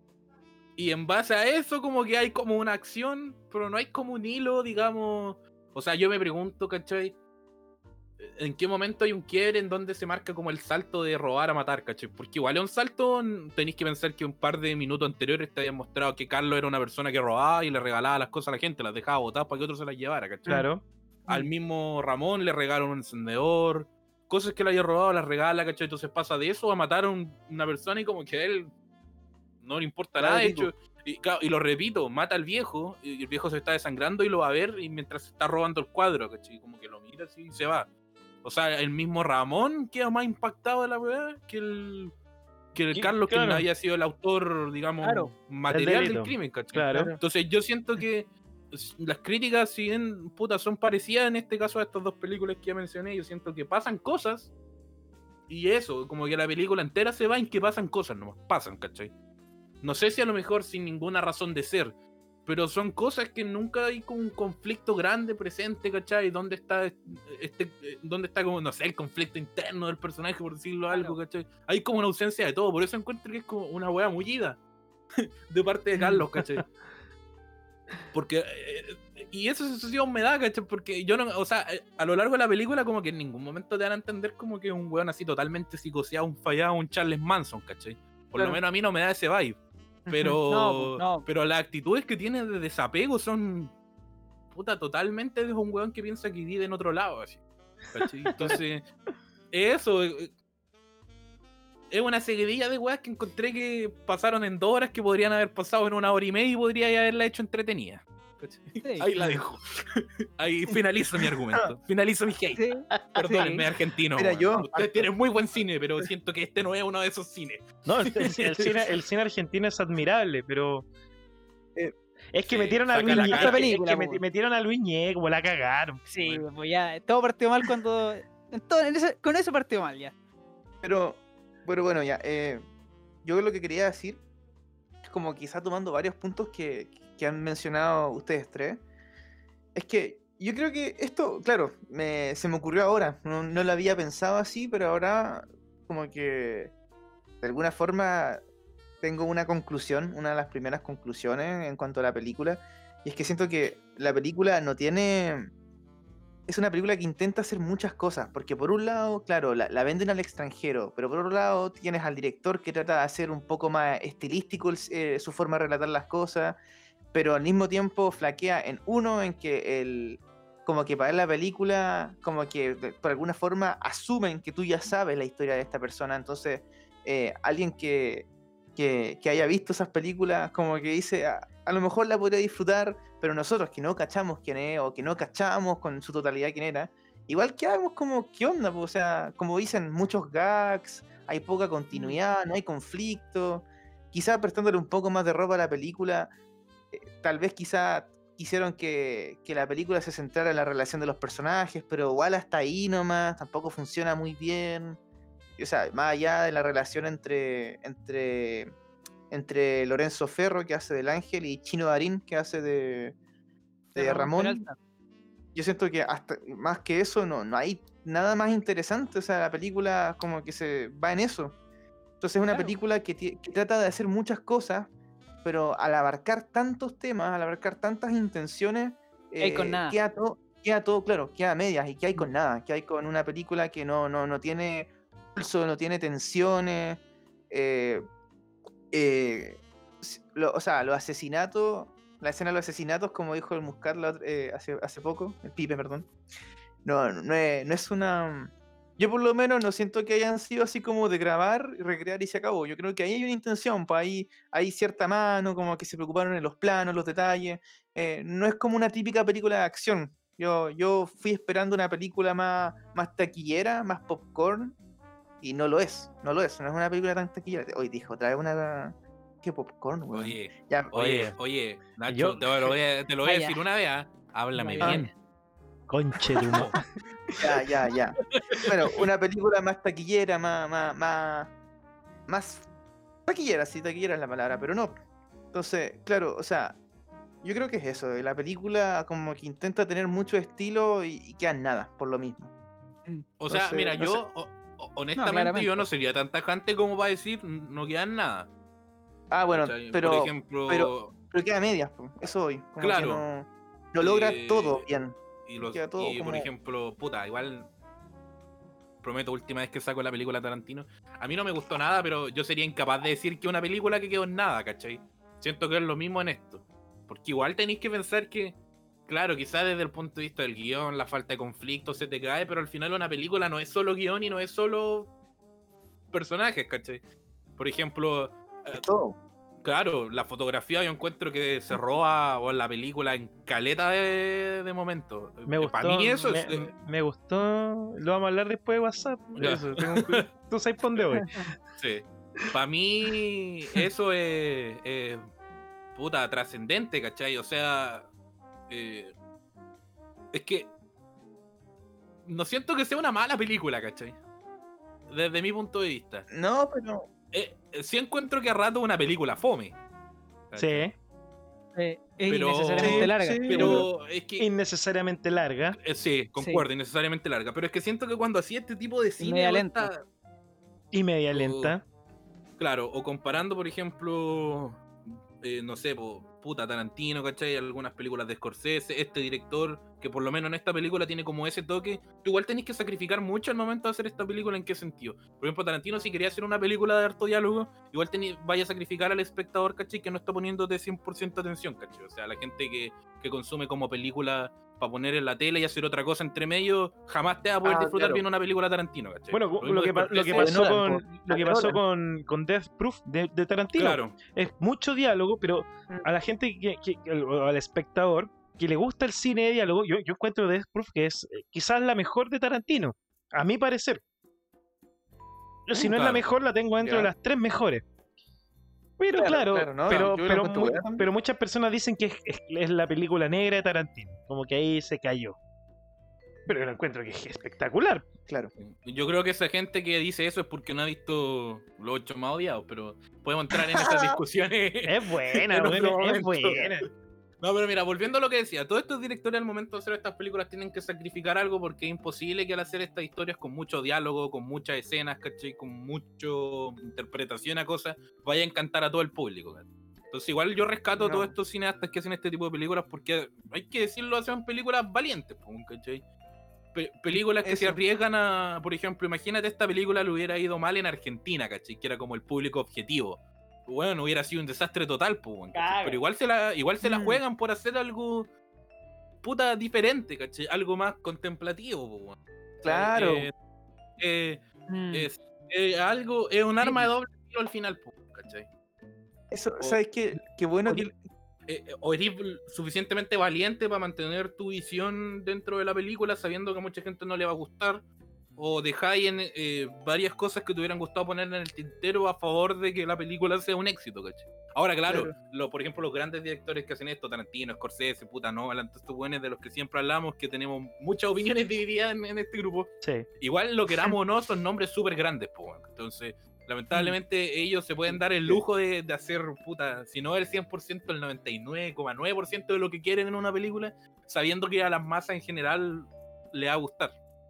Y en base a eso, como que hay como una acción, pero no hay como un hilo, digamos. O sea, yo me pregunto, ¿cachai? ¿En qué momento hay un quiebre en donde se marca como el salto de robar a matar, ¿cachai? Porque igual es un salto, n- tenéis que pensar que un par de minutos anteriores te habían mostrado que Carlos era una persona que robaba y le regalaba las cosas a la gente, las dejaba botadas para que otro se las llevara, ¿cachai? Claro. Al mismo Ramón le regalan un encendedor, cosas que le haya robado las regala, ¿cachai? Entonces pasa de eso a matar a un- una persona y como que a él no le importa Claro, nada, de pico. hecho. Y, claro, y lo repito, mata al viejo, y el viejo se está desangrando y lo va a ver y mientras se está robando el cuadro, ¿cachai? Como que lo mira así y se va. O sea, el mismo Ramón queda más impactado de la weá que el, que el Que- Carlos, que claro. había sido el autor, digamos, Claro. material delito. del crimen, ¿cachai? Claro. Entonces yo siento que s- las críticas, si bien puta, son parecidas en este caso a estas dos películas que ya mencioné, yo siento que pasan cosas y eso, como que la película entera se va en que pasan cosas, nomás pasan, ¿cachai? No sé si a lo mejor sin ninguna razón de ser, pero son cosas que nunca hay como un conflicto grande presente, ¿cachai? ¿Dónde está este, eh, dónde está como, no sé, el conflicto interno del personaje, por decirlo algo, ¿cachai? Hay como una ausencia de todo, por eso encuentro que es como una wea mullida de parte de Carlos, ¿cachai? Porque, eh, y esa sensación me da, ¿cachai? Porque yo no, o sea, eh, a lo largo de la película como que en ningún momento te dan a entender como que es un weón así totalmente psicoseado, un fallado, un Charles Manson, ¿cachai? Por Claro. lo menos a mí no me da ese vibe. Pero, No, no. pero las actitudes que tiene de desapego son, puta, totalmente de un weón que piensa que vive en otro lado, así, ¿cachai? Entonces, eso, eh, es una seguidilla de weas que encontré que pasaron en dos horas que podrían haber pasado en una hora y media y podría haberla hecho entretenida. ¿cachai? Sí. Ahí la dejo. Ahí finalizo mi argumento. Finalizo mi hate. Sí. Perdónenme, argentino. Mira, weón. yo- Ustedes tienen muy buen cine, pero siento que este no es uno de esos cines. No, el, el- el cine, el cine argentino es admirable, pero. Eh, es que sí, metieron a saca Luis la Ñeco. cara. Es que Película, meti- po. metieron a Luis Ñeco, la cagaron. Sí, pues ya, todo partió mal cuando. en todo- en ese- con eso partió mal ya. Pero, pero bueno, ya. eh, yo lo que quería decir es como quizá tomando varios puntos que, que han mencionado ustedes tres. Es que yo creo que esto, claro, me, se me ocurrió ahora. No, no lo había pensado así, pero ahora como que de alguna forma tengo una conclusión, una de las primeras conclusiones en cuanto a la película. Y es que siento que la película no tiene... Es una película que intenta hacer muchas cosas, porque por un lado, claro, la, la venden al extranjero, pero por otro lado tienes al director que trata de hacer un poco más estilístico el- eh, su forma de relatar las cosas, pero al mismo tiempo flaquea en uno, en que el, como que para ver la película, como que de- por alguna forma asumen que tú ya sabes la historia de esta persona, entonces eh, alguien que, que, que haya visto esas películas, como que dice, a, a lo mejor la podría disfrutar, pero nosotros que no cachamos quién es, o que no cachamos con su totalidad quién era, igual quedamos como, ¿qué onda? po? O sea, como dicen, muchos gags, hay poca continuidad, no hay conflicto, quizá prestándole un poco más de ropa a la película, eh, tal vez quizá quisieron que, que la película se centrara en la relación de los personajes, pero igual hasta ahí nomás, tampoco funciona muy bien. O sea, más allá de la relación entre, entre entre Lorenzo Ferro, que hace del Ángel, y Chino Darín, que hace de, de Ramón. Peralta. Yo siento que hasta más que eso no, no hay nada más interesante. O sea, la película como que se va en eso. Entonces es una Claro. película que, ti- que trata de hacer muchas cosas, pero al abarcar tantos temas, al abarcar tantas intenciones, ¿Qué hay con eh, nada? queda todo, queda todo claro, queda a medias. ¿Y qué hay con nada? ¿Qué hay con una película que no, no, no tiene pulso, no tiene tensiones? eh, eh, s- lo- o sea, los asesinatos, la escena de los asesinatos, como dijo el Muscat la otra- eh, hace, hace poco, el Pipe, perdón, no, no es, no es una... Yo por lo menos no siento que hayan sido así como de grabar, recrear y se acabó. Yo creo que ahí hay una intención, pues ahí hay cierta mano, como que se preocuparon en los planos, los detalles. Eh, no es como una típica película de acción. Yo, yo fui esperando una película más, más taquillera, más popcorn, y no lo es, no lo es, no es una película tan taquillera. Hoy dijo, trae una... ¿Qué popcorn, weón? Oye, Ya, oye, Oye, oye, Nacho, yo- te lo voy a, te lo voy a Vaya. decir una vez, ¿ah? Háblame Vaya. bien. Conche tu ma- ya, ya, ya. Bueno, una película más taquillera, más, más, más, más taquillera, sí, taquillera es la palabra, pero no. Entonces, claro, o sea, yo creo que es eso. La película como que intenta tener mucho estilo y, y queda en nada, por lo mismo. O sea, Entonces, mira, no yo, o- o- honestamente, claramente. yo no sería tan tajante como para decir no queda en nada. Ah, bueno, ¿Cachai? pero, Por ejemplo, pero, pero queda a medias, po, eso hoy. Como Claro. que no, no logra eh, todo bien. Y, los, Queda todo y por como- ejemplo, puta, igual prometo, última vez que saco la película Tarantino. A mí no me gustó nada, pero yo sería incapaz de decir que una película que quedó en nada, ¿cachai? Siento que es lo mismo en esto. Porque igual tenéis que pensar que, claro, quizás desde el punto de vista del guión, la falta de conflicto se te cae, pero al final una película no es solo guión y no es solo personajes, ¿cachai? Por ejemplo, Es todo. claro, la fotografía yo encuentro que se roba o en la película en caleta de, de momentos. Me gustó. Para mí eso me, es... eh, me gustó. Lo vamos a hablar después de WhatsApp. Ya. Eso, tengo un- tú sabes por dónde voy. Sí. Para mí eso es, es, puta, trascendente, ¿cachai? O sea, eh, es que no siento que sea una mala película, ¿cachai? Desde mi punto de vista. No, pero Eh, eh, sí encuentro que a rato es una película fome. ¿cachai? Sí. Eh, es Pero- innecesariamente Sí, larga. sí. Pero es que... Innecesariamente larga. eh, sí, concuerdo, innecesariamente larga. Pero es que siento que cuando hacía este tipo de cine... media o lenta. esta- Y media Oh. lenta. Claro, o comparando, por ejemplo, eh, no sé, po, puta Tarantino, ¿cachai? Algunas películas de Scorsese, este director, que por lo menos en esta película tiene como ese toque, tú igual tenés que sacrificar mucho al momento de hacer esta película. ¿En qué sentido? Por ejemplo, Tarantino, si quería hacer una película de harto diálogo, igual tenés, vaya a sacrificar al espectador, ¿cachai? Que no está poniéndote cien por ciento atención, ¿cachai? O sea, la gente que, que consume como película para poner en la tele y hacer otra cosa entre medio, jamás te va a poder Ah, disfrutar claro. bien una película Tarantino, ¿cachai? Bueno, Lo lo, mismo que, de pa- lo que Scorsese, pasó Nolan, con po. lo que De pasó Nolan. con, con Death Proof de, de Tarantino. Claro, Es mucho diálogo, pero a la gente que, que- que- o al espectador que le gusta el cine de diálogo, yo, yo encuentro Death Proof que es eh, quizás la mejor de Tarantino, a mi parecer. Yo, si no es la Claro. mejor, la tengo dentro Ya. de las tres mejores. Pero Claro, claro, claro, no, pero, yo la pero, encuentro mu- buena también. pero muchas personas dicen que es, es- es la película negra de Tarantino, como que ahí se cayó. Pero yo la encuentro que es espectacular. Claro. yo creo que esa gente que dice eso es porque no ha visto los ocho más odiados, pero podemos entrar en esas discusiones. Es buena, En otro buena, es momento. buena. No, pero mira, volviendo a lo que decía, todos estos directores al momento de hacer estas películas tienen que sacrificar algo porque es imposible que al hacer estas historias con mucho diálogo, con muchas escenas, ¿cachai? Con mucho interpretación a cosas, vaya a encantar a todo el público, ¿cachai? Entonces igual yo rescato a No. todos estos cineastas que hacen este tipo de películas porque hay que decirlo, hacen películas valientes, po, ¿cachai? Pe- películas que se Eso. arriesgan a, por ejemplo, imagínate esta película le hubiera ido mal en Argentina, ¿cachai? Que era como el público objetivo. Bueno, hubiera sido un desastre total, pues, weón, ¿cachai? Caga. Pero igual se la, igual se la Mm. juegan por hacer algo puta diferente, ¿cachai? Algo más contemplativo, pues, weón. Claro. Eh, eh, Mm. es eh, algo, es un arma de doble filo al final, pues, ¿cachai? Eso, O- ¿sabes qué? Qué bueno o- que... Eh, o eres suficientemente valiente para mantener tu visión dentro de la película sabiendo que a mucha gente no le va a gustar, o dejáis en eh, varias cosas que te hubieran gustado poner en el tintero a favor de que la película sea un éxito, ¿cachai? Ahora, claro, Claro. Lo, por ejemplo, los grandes directores que hacen esto, Tarantino, Scorsese, puta Nolan, todos estos buenos de los que siempre hablamos, que tenemos muchas opiniones divididas en, en este grupo, Sí. igual lo queramos o no, son nombres súper grandes, po, weón. Entonces, Lamentablemente ellos se pueden dar el lujo de, de hacer, puta, si no el cien por ciento, el noventa y nueve coma nueve por ciento de lo que quieren en una película, sabiendo que a las masas en general le va a gustar.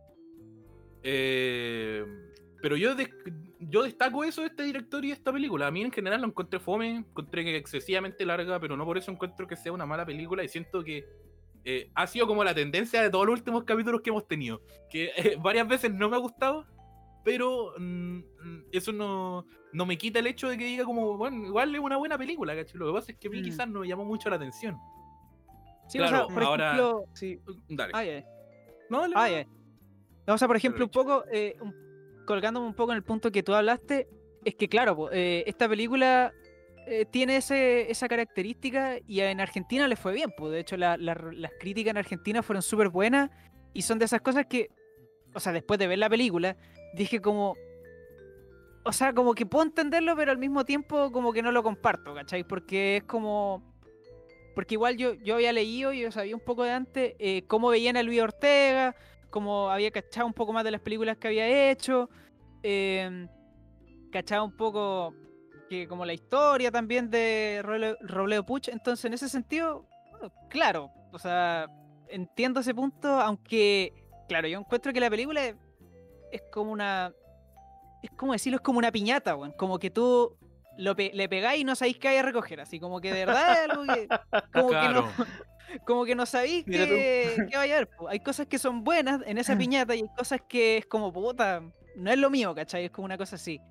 Eh, pero yo, de, yo destaco eso de este director y de esta película. A mí en general lo encontré fome, encontré que excesivamente larga, pero no por eso encuentro que sea una mala película, y siento que eh, ha sido como la tendencia de todos los últimos capítulos que hemos tenido, que eh, varias veces no me ha gustado, pero mm, eso no, no me quita el hecho de que diga como, bueno, igual es una buena película, ¿cachai? Lo que pasa es que a mí Mm. quizás no me llamó mucho la atención. Sí, Claro, o sea, por ahora- ejemplo. Sí, Dale. Ah, ya. No, dale. Ah, ya. No, o sea, por ejemplo, un Aprovecha. poco, eh, un- colgándome un poco en el punto que tú hablaste, es que claro, po, eh, esta película eh, tiene ese, esa característica y en Argentina le fue bien, pues de hecho la- la- las críticas en Argentina fueron súper buenas y son de esas cosas que, o sea, después de ver la película, dije como, o sea, como que puedo entenderlo, pero al mismo tiempo como que no lo comparto, ¿cachai? Porque es como... Porque igual yo, yo había leído y yo sabía un poco de antes eh, cómo veían a Luis Ortega, cómo había cachado un poco más de las películas que había hecho, eh, cachado un poco que como la historia también de Roble- Robledo Puch. Entonces, en ese sentido, bueno, claro, o sea, entiendo ese punto, aunque, claro, yo encuentro que la película es, es como una... Es como decirlo, es como una piñata, weón. Como que tú lo pe- le pegáis y no sabéis qué hay a recoger. Así como que de verdad es algo que... Como Claro. que no, como que no sabéis Mira tú. qué, qué vaya a haber. po. Hay cosas que son buenas en esa piñata y hay cosas que es como, puta, no es lo mío, ¿cachai? Es como una cosa así.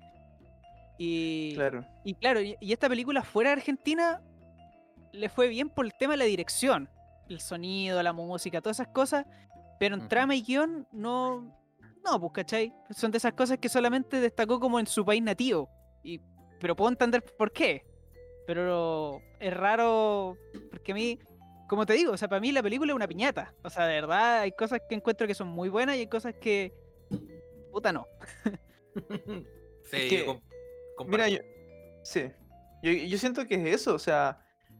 Y claro. y claro, y, y esta película fuera de Argentina le fue bien por el tema de la dirección, el sonido, la música, todas esas cosas, pero en Ujú. trama y guión no, no, pues, ¿cachai? Son de esas cosas que solamente destacó como en su país nativo, y, pero puedo entender por qué, pero es raro, porque a mí, como te digo, o sea, para mí la película es una piñata, o sea, de verdad hay cosas que encuentro que son muy buenas y hay cosas que, puta, no. Sí, Es que, yo com- comparto. Mira, yo, sí, yo, yo siento que es eso, o sea,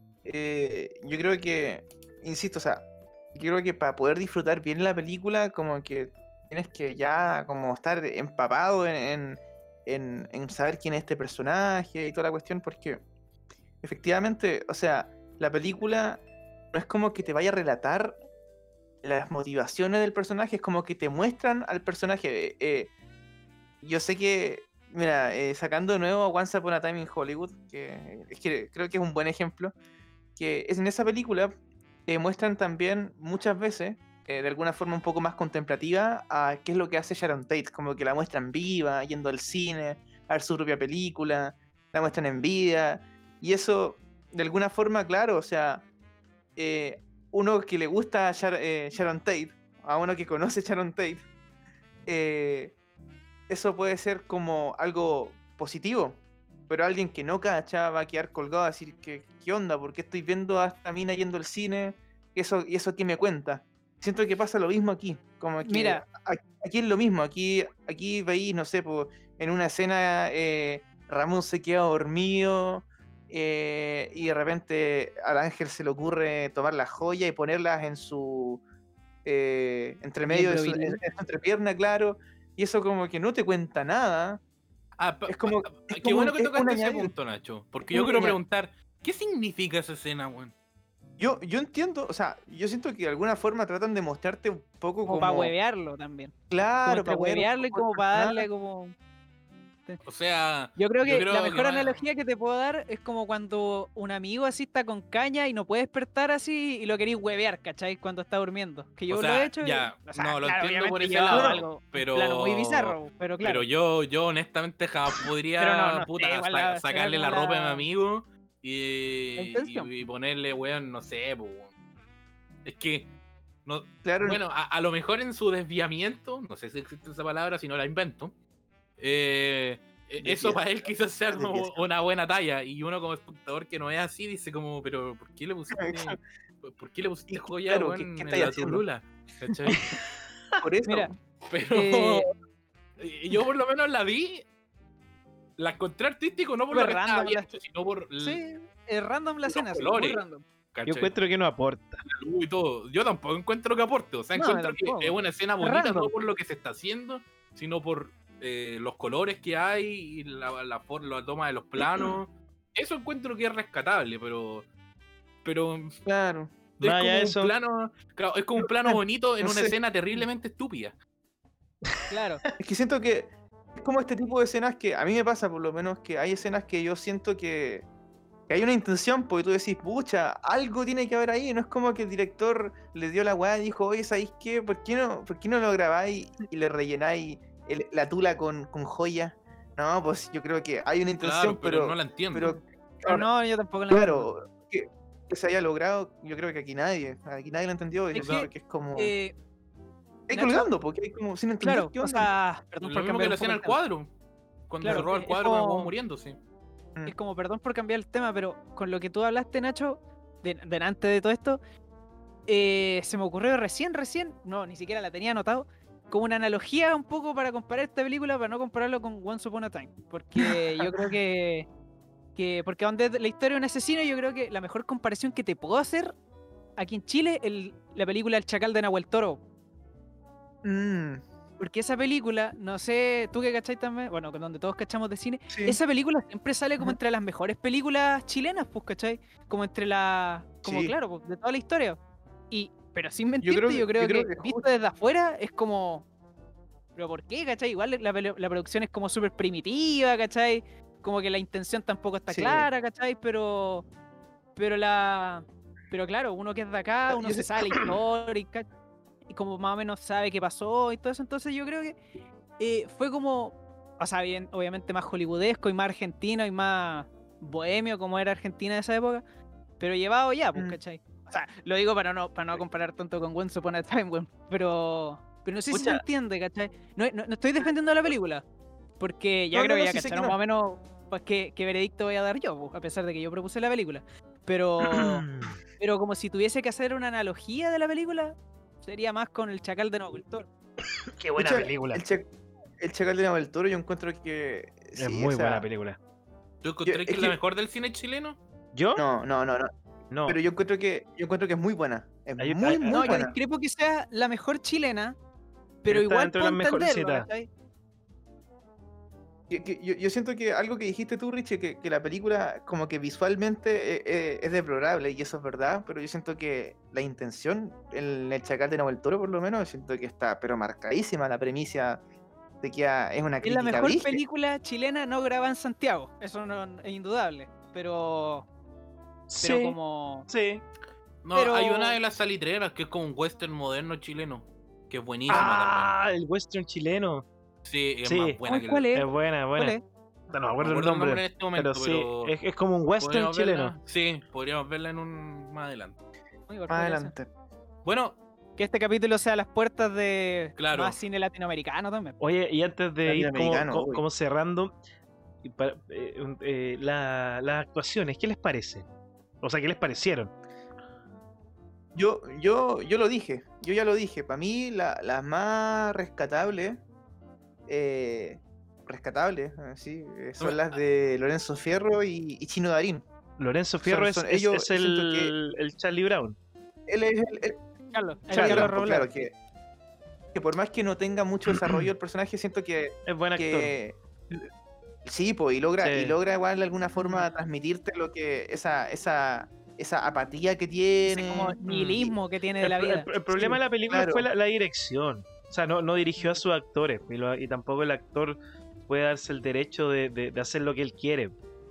eh, yo creo que, insisto, o sea, yo creo que para poder disfrutar bien la película, como que tienes que ya como estar empapado en, en, en- en saber quién es este personaje y toda la cuestión, porque efectivamente, o sea, la película no es como que te vaya a relatar las motivaciones del personaje, es como que te muestran al personaje. eh, eh, yo sé que, mira, eh, sacando de nuevo Once Upon a Time in Hollywood, que, es que creo que es un buen ejemplo, que es en esa película te muestran también muchas veces, eh, de alguna forma un poco más contemplativa, a qué es lo que hace Sharon Tate, como que la muestran viva, yendo al cine, a ver su propia película, la muestran en vida, y eso, de alguna forma, claro, o sea, eh, uno que le gusta a Shar- eh, Sharon Tate, a uno que conoce Sharon Tate, eh, eso puede ser como algo positivo, pero alguien que no cacha va a quedar colgado a decir que qué onda, ¿por qué estoy viendo a esta mina yendo al cine? Eso, ¿y eso qué me cuenta? Siento que pasa lo mismo aquí, como que Mira. a- aquí es lo mismo, aquí, aquí veis, no sé, po, en una escena eh, Ramón se queda dormido eh, y de repente al ángel se le ocurre tomar las joyas y ponerlas en su eh, entre medio de su, Miembro en, viril. en su entrepierna, claro, y eso como que no te cuenta nada. Ah, pa- Es como, pa- es qué como bueno un- que es un tocaste ese añadir. punto, Nacho. Porque un yo quiero añadir. preguntar, ¿qué significa esa escena, weón? Yo, yo entiendo, o sea, yo siento que de alguna forma tratan de mostrarte un poco Como como, para huevearlo también. Como claro, entre para huear un huevearlo y poco al como para darle personaje. como... O sea, Yo creo yo que la creo que mejor más- analogía que te puedo dar es como cuando un amigo así está con caña y no puede despertar así y lo queréis huevear, ¿cachai? Cuando está durmiendo. Que yo o lo he sea, hecho y... ya, O sea, no, lo claro, entiendo por obviamente ese llevado lado, algo, un pero... plano muy bizarro, pero claro. Pero yo, yo honestamente jamás podría, Pero no, no sé, puta, igual sa- la- será sacarle la como ropa a mi la- amigo la y, intención. y, y ponerle, weón, no sé, po, weón. Es que, no, Claro, bueno, a, a lo mejor en su desviamiento, no sé si existe esa palabra, si no la invento, eh, eh, eso Desvia- para él quizás sea como desviación. una buena talla, y uno como espectador que no es así dice como, pero ¿por qué le pusiste, por- por qué le pusiste Y- joya, claro, weón, ¿qué- qué en estáis la haciendo? turula? ¿Cachai? por eso. Mira, Pero eh, y yo por lo menos la vi, la encontré artístico no por lo Súper que estaba random la- viendo, sino por el, sí, es random la los escena, sí, muy colores. random. ¿cachai? Yo encuentro que no aporta. La luz y todo. Yo tampoco encuentro que aporte, o sea, No, encuentro tampoco. que es una escena Es bonita random. no por lo que se está haciendo, sino por eh, los colores que hay y la, la, for- la toma de los planos. Eso encuentro que es rescatable, pero. Pero. Claro. Es Más allá como de un eso- plano. Claro, es como un plano bonito en No una sé. escena terriblemente estúpida. Claro. Es que siento que es como este tipo de escenas que a mí me pasa, por lo menos, que hay escenas que yo siento que, que hay una intención, porque tú decís, pucha, algo tiene que haber ahí. No es como que el director le dio la weá y dijo, oye, ¿sabéis qué? ¿Por qué no, por qué no lo grabáis y le rellenáis el- la tula con, con joyas? No, pues yo creo que hay una intención, Claro, pero, pero, no la entiendo. pero Pero no, yo tampoco la entiendo. claro, que, que se haya logrado, yo creo que aquí nadie, aquí nadie lo entendió. y Es yo creo que, que es como. Eh, Hay Nacho, colgando, porque hay como sin entender claro, qué o onda. sea, perdón Lo por mismo cambiar que un lo hacían poco al el tema. cuadro. Cuando Claro, se roba es- el es cuadro con el como- huevo muriéndose. Mm. Es como, perdón por cambiar el tema, pero con lo que tú hablaste, Nacho, de, delante de todo esto, eh, se me ocurrió recién, recién, no, ni siquiera la tenía anotado, como una analogía un poco para comparar esta película, para no compararlo con Once Upon a Time. Porque yo creo que, que porque donde es la historia de un asesino, yo creo que la mejor comparación que te puedo hacer aquí en Chile, el, la película El Chacal de Nahuel Toro. Mm, Porque esa película, no sé, tú que cacháis también, bueno, con donde todos cachamos de cine, sí. esa película siempre sale como Ujú. entre las mejores películas chilenas, pues, ¿cachai? Como entre las, como Sí. claro, pues, de toda la historia. Y, pero sin Yo mentirte, creo yo que- creo, yo creo que, que visto justo- desde afuera es como, ¿pero por qué, cachai? Igual la, pele- la producción es como súper primitiva, cachai? Como que la intención tampoco está Sí. clara, cachai? Pero, pero la, pero claro, uno que es de acá, Ah, uno yo se sé- sabe la historia y, ca- y como más o menos sabe qué pasó y todo eso, entonces yo creo que eh, fue como, o sea, bien, obviamente más hollywoodesco y más argentino y más bohemio como era Argentina de esa época, pero llevado ya, pues, Mm. ¿cachai? O sea, lo digo para no, para no comparar tanto con Once Upon a Time, weón, pero, pero no sé si se Pucha. entiende, ¿cachai? No, no, no estoy defendiendo la película, porque ya No, creo no, que no, ya sí sé que cacharon no. más o menos pues, qué, qué veredicto voy a dar yo, pues, a pesar de que yo propuse la película. Pero, pero como si tuviese que hacer una analogía de la película, sería más con El Chacal de Nahuel Toro. Qué buena Pucha, película. El, cha- el Chacal de Nahuel Toro, yo encuentro que. Es sí, muy o sea, buena película. ¿Tú encontrás es que es la que- mejor del cine chileno? ¿Yo? No, no, no, no. No. Pero yo encuentro que yo encuentro que es muy buena. Es Hay- muy, hay- muy No, yo buena. discrepo que sea la mejor chilena, pero, Pero está igual dentro de puedo las mejores entenderlo, citas. ¿cachai? Que- que Yo, yo siento que algo que dijiste tú, Richie, que, que la película como que visualmente eh, eh, es deplorable y eso es verdad, pero yo siento que la intención en el Chacal de Nahuel Toro por lo menos, siento que está pero marcadísima la premisa de que ah, es una Es la crítica mejor brígida. película chilena no grabada en Santiago, eso no, es indudable, pero, Sí. pero como... Sí. No, Pero- hay una de las salitreras que es como un western moderno chileno. Que es buenísima Ah, el western chileno. también. Sí, es sí. más buena Ay, que ¿cuál la- es? Es buena, es ¿Cuál buena. es? No me No acuerdo me el nombre. en este momento, pero pero, sí, es, es como un western podríamos verla- chileno. Sí, podríamos verla en un más adelante. Muy Más bacán esa. adelante. Bueno, Que este capítulo sea a las puertas de Claro. más cine latinoamericano también. Oye, y antes de ir como, Latinoamericano, co- uy. como cerrando, y para- eh, un- eh, la- las actuaciones, ¿qué les parece? O sea, ¿qué les parecieron? Yo, yo, yo lo dije, yo ya lo dije. Para mí, la- las más rescatables, eh, rescatables, eh, sí, eh, son las de Lorenzo Fierro y, y Chino Darín. Lorenzo Fierro son- es, es- ellos es siento el, el Charlie Brown. Él es el, el- Carlos, ahí Charlie Carlos Brown, pues, Robledo. claro, que, que por más que no tenga mucho desarrollo el personaje, siento que, Es buen actor. que sí, pues, y logra, Sí. y logra igual de alguna forma transmitirte lo que, esa, esa, esa apatía que tiene. Ese como mm, nihilismo que tiene de El, la pro- vida. el- el problema Sí, de la película claro. fue la, la dirección. O sea, no, no dirigió a sus actores. Y, lo- y tampoco el actor puede darse el derecho de, de- de hacer lo que él quiere.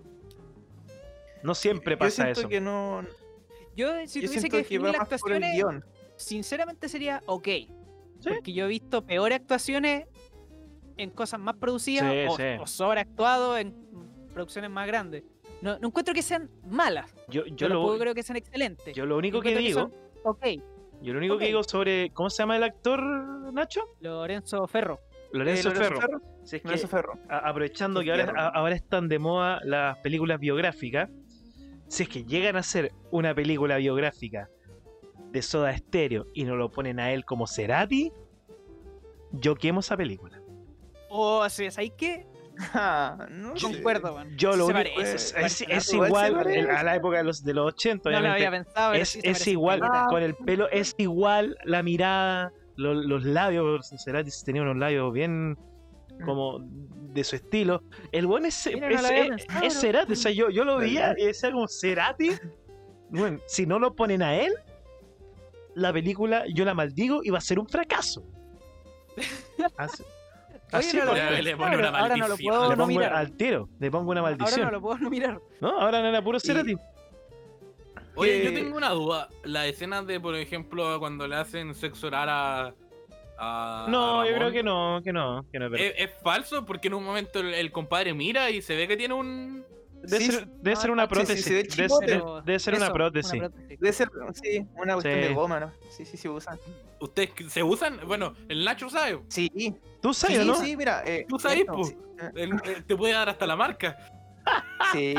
No siempre yo pasa siento eso. que no. Yo, si yo tuviese siento que que va definir las más por el actuaciones, guión. sinceramente sería ok. Porque yo he visto peores actuaciones en cosas más producidas Sí, o, sí. o sobreactuado en producciones más grandes. No, no encuentro que sean malas. Yo, Yo yo, lo, tampoco creo que sean excelentes. yo lo único que encuentro digo, son ok. yo lo único ok. que digo sobre ¿cómo se llama el actor, Nacho? Lorenzo Ferro. Lorenzo, Eh, Lorenzo Ferro. Si es que, Lorenzo Ferro. a- aprovechando Qué que ahora, fierro. a- ahora están de moda las películas biográficas, si es que llegan a hacer una película biográfica de Soda Stereo y no lo ponen a él como Cerati, yo quemo esa película. O sea, ¿sabes qué? Ah, no sé. Concuerdo, man. Yo lo Se único parece, es, se es- parece es harto. Igual se igual parece. a la época de los, de los ochenta, No lo obviamente. había pensado, pero es, sí se es parece igual, caleta. con el pelo es igual, la mirada, lo- los labios, Cerati tenía unos labios bien como de su estilo. El buen es, Mira, es, no lo había es- pensado, es bro. Cerati, o sea, yo, yo lo veía ¿Verdad? y decía como Cerati. Bueno, si no lo ponen a él, la película yo la maldigo y va a ser un fracaso. Así, Oye, así, no lo pues, Ya, había le pensado, pone una pero ahora no lo maldición. puedo le no pongo mirar. al tiro, le pongo una Ahora maldición. no lo puedo no mirar. ¿No? Ahora no era puro Y- Cerati. Oye, yo que- tengo una duda. Las escenas de, por ejemplo, cuando le hacen sexo oral a. a No, a yo creo Ramón, que no, que no, que no es verdad. ¿Es, es falso? Porque en un momento el, el compadre mira y se ve que tiene un. Debe sí, ser, debe no, ser una sí, sí, prótesis. se ve debe, chipote, ser- pero debe ser una eso, prótesis. una prótesis. Debe ser, sí, una cuestión Sí. de goma, ¿no? Sí, sí, sí usan. ¿Ustedes se usan? Bueno, el Nacho sabe. Sí, ¿Tú sabes, sí, no? sí, mira. Eh, ¿Tú sabes, esto, po? sí, eh, El- el- te puede dar hasta la marca. sí.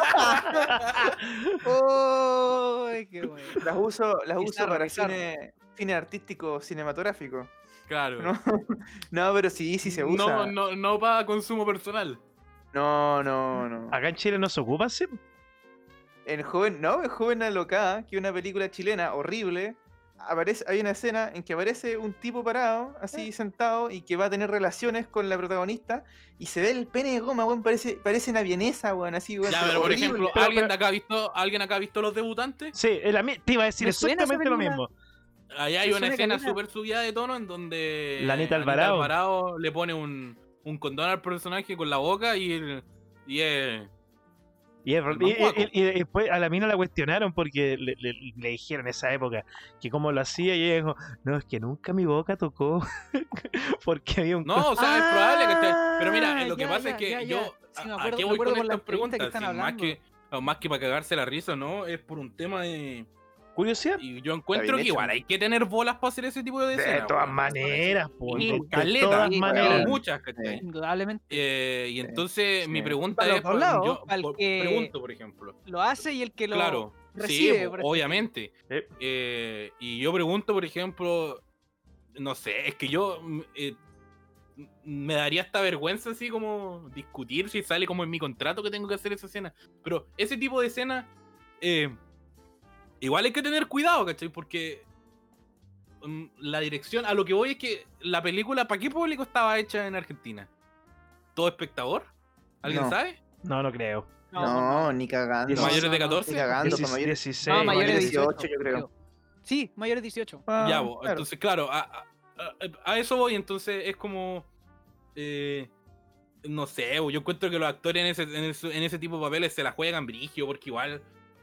¡Uy, qué bueno! las uso, las uso Bizarro, para bizarro. fines, fines artísticos cinematográficos. Claro. ¿No? No, pero sí, sí se usa. No, no, no para consumo personal. No, no, no. Acá en Chile no se ocupa, sí. En Joven, no, en Joven Alocada, que es una película chilena horrible, aparece, hay una escena en que aparece un tipo parado, así sentado, y que va a tener relaciones con la protagonista, y se ve el pene de goma, weón, parece, parece una vienesa, weón, así, weón, Ya, pero pero por horrible. ejemplo, Pero- ¿alguien pero- de acá ha visto, ¿alguien acá ha visto Los Debutantes? Sí, es la mi- te iba a decir Me suena esa exactamente lo película. mismo. Ahí hay Me una suena escena caleta. súper subida de tono en donde La Anita Alvarado. Alvarado le pone un, un condón al personaje con la boca y, el, y es... Y, es- El y- más guaco. y- y después a la mina la cuestionaron porque le, le- le dijeron en esa época que cómo lo hacía y ella dijo, no, es que nunca mi boca tocó porque había un... No, o sea, es probable que esté... Pero mira, Ah, lo que ya, pasa ya, es que ya, yo... ya. Sí, me ¿A- ¿A acuerdo- qué me voy acuerdo con por la estas entrevista que preguntas? están Sí, más, hablando. que, más que para cagarse la risa, ¿no? Es por un tema de... Curiosidad. Y yo encuentro bien que hecho. igual hay que tener bolas para hacer ese tipo de De escenas. todas weón. maneras, po, Sí, de- de caleta, todas sí, maneras. weón. Muchas, ¿cachai? Indudablemente Eh, y Sí, entonces mi sí. pregunta Para los es, dos por- lados, yo para el por- que- pregunto, por ejemplo. lo hace y el que lo Claro, recibe. sí, por po, así obviamente. Eh, Eh, y yo pregunto, por ejemplo, no sé, es que yo mm, eh, m- me daría esta vergüenza así como discutir si sale como en mi contrato que tengo que hacer esa escena. Pero ese tipo de escena, eh, igual hay que tener cuidado, ¿cachai? Porque mm, la dirección, a lo que voy es que la película, ¿para qué público estaba hecha en Argentina? ¿Todo espectador? ¿Alguien No. sabe? no, no creo. que- No, ni cagando. No, ¿Mayores de no, no. catorce? Ni cagando, para Diecis- mayores. dieciséis. No, mayores de dieciocho, dieciocho, yo creo. Sí, mayores de dieciocho. Ah, Ya, bo, claro. entonces, claro, a, a- a- a eso voy, entonces es como. eh, no sé, bo, yo encuentro que los actores en ese, en ese, en ese tipo de papeles se la juegan brigio, porque igual.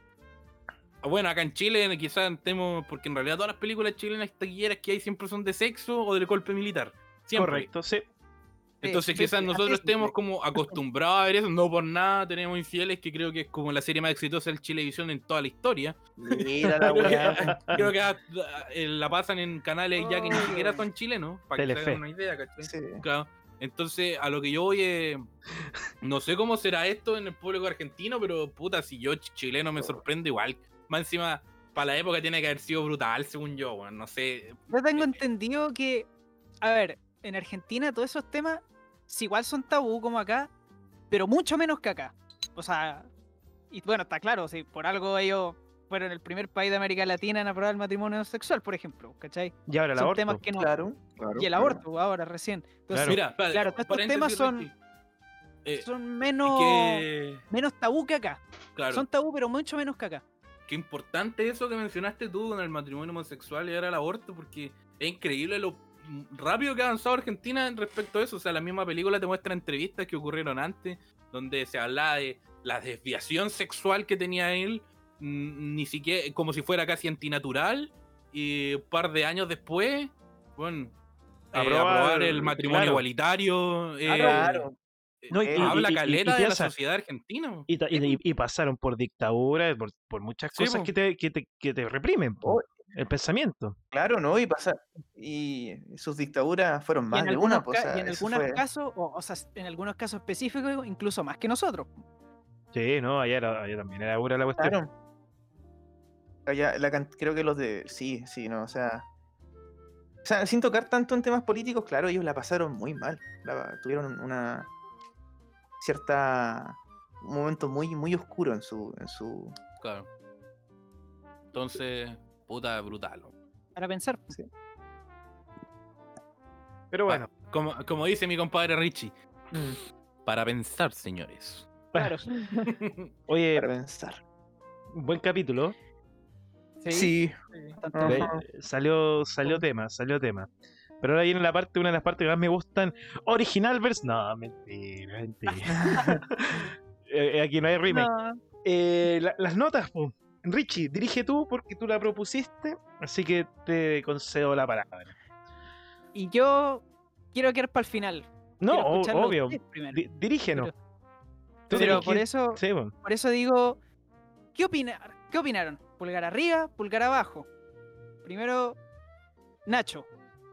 Bueno, acá en Chile quizás tenemos. Porque en realidad todas las películas chilenas taquilleras que hay siempre son de sexo o del golpe militar. Siempre. Correcto, sí. Entonces Sí, quizás sí, nosotros así estemos siempre. como acostumbrados a ver eso, no por nada tenemos Infieles, que creo que es como la serie más exitosa del Chilevisión en toda la historia. Mira la Creo que, weá. creo que ah, eh, la pasan en canales ya que ni Oh, siquiera qué son chilenos, para que se Telefe. hagan una idea, ¿cachai? Sí. Claro. Entonces, a lo que yo voy es. No sé cómo será esto en el público argentino, pero puta, si yo ch- chileno me sorprende igual. Más encima, para la época tiene que haber sido brutal, según yo, weón. No sé. Yo tengo entendido que, a ver, en Argentina todos esos temas si igual son tabú como acá, pero mucho menos que acá. O sea, y bueno, está claro, si por algo ellos fueron el primer país de América Latina en aprobar el matrimonio sexual, por ejemplo, ¿cachai? Y ahora el Son aborto. temas que no... Claro, claro, Y el claro. aborto, ahora, recién. Entonces, Claro. Mira, pa- claro, todos estos paréntesis, temas son- Ricky. Eh, son menos, que- menos tabú que acá. claro, Son tabú, pero mucho menos que acá. qué importante eso que mencionaste tú con el matrimonio homosexual y ahora el aborto, porque es increíble lo rápido que ha avanzado Argentina respecto a eso. O sea, la misma película te muestra entrevistas que ocurrieron antes, donde se hablaba de la desviación sexual que tenía él, mm, ni siquiera como si fuera casi antinatural, y un par de años después, bueno, eh, Aprobar, aprobar el matrimonio claro. igualitario. eh, Claro. No, y- Eh, y- habla y- y- caleta y de la piensa, sociedad argentina. Y, ta- y- y- y pasaron por dictadura, por, por muchas Sí, cosas po. que te, que, te, que te reprimen, po, Oh, el pensamiento. Claro, ¿no? Y pasa. Y sus dictaduras fueron Y más en de algunos, una, pues, o ca- sea, y en eso algunos fue- casos, o, o sea, en algunos casos específicos, incluso más que nosotros. Sí, no, allá, era- allá también era dura la cuestión. Claro. Allá, la can- creo que los de. Sí, sí, no, o sea. O sea, sin tocar tanto en temas políticos, claro, ellos la pasaron muy mal. La- tuvieron una cierta. Un momento muy, muy oscuro en su. En su... Claro. Entonces, puta, brutal. Para pensar. Pero bueno, Como, como dice mi compadre Richie, Mm, para pensar, señores. Claro. Oye, para pensar. buen capítulo. Sí. Bastante Ve, bien. Ajá. Salió, salió tema, salió tema. Pero ahora viene la parte, una de las partes que más me gustan. Original versus. No, mentira, mentira. Eh, Aquí no hay remake. No, Eh, la- las notas, po. Richie, dirige tú porque tú la propusiste, así que te concedo la palabra. y yo quiero quedar para el final. No, Quiero o- escucharlo a obvio. ustedes primero. Di- dirígenos. Pero, Tú pero dirigí- por eso, Sí, po. por eso digo, ¿qué opinar? ¿Qué opinaron? ¿Pulgar arriba, pulgar abajo? Primero, Nacho.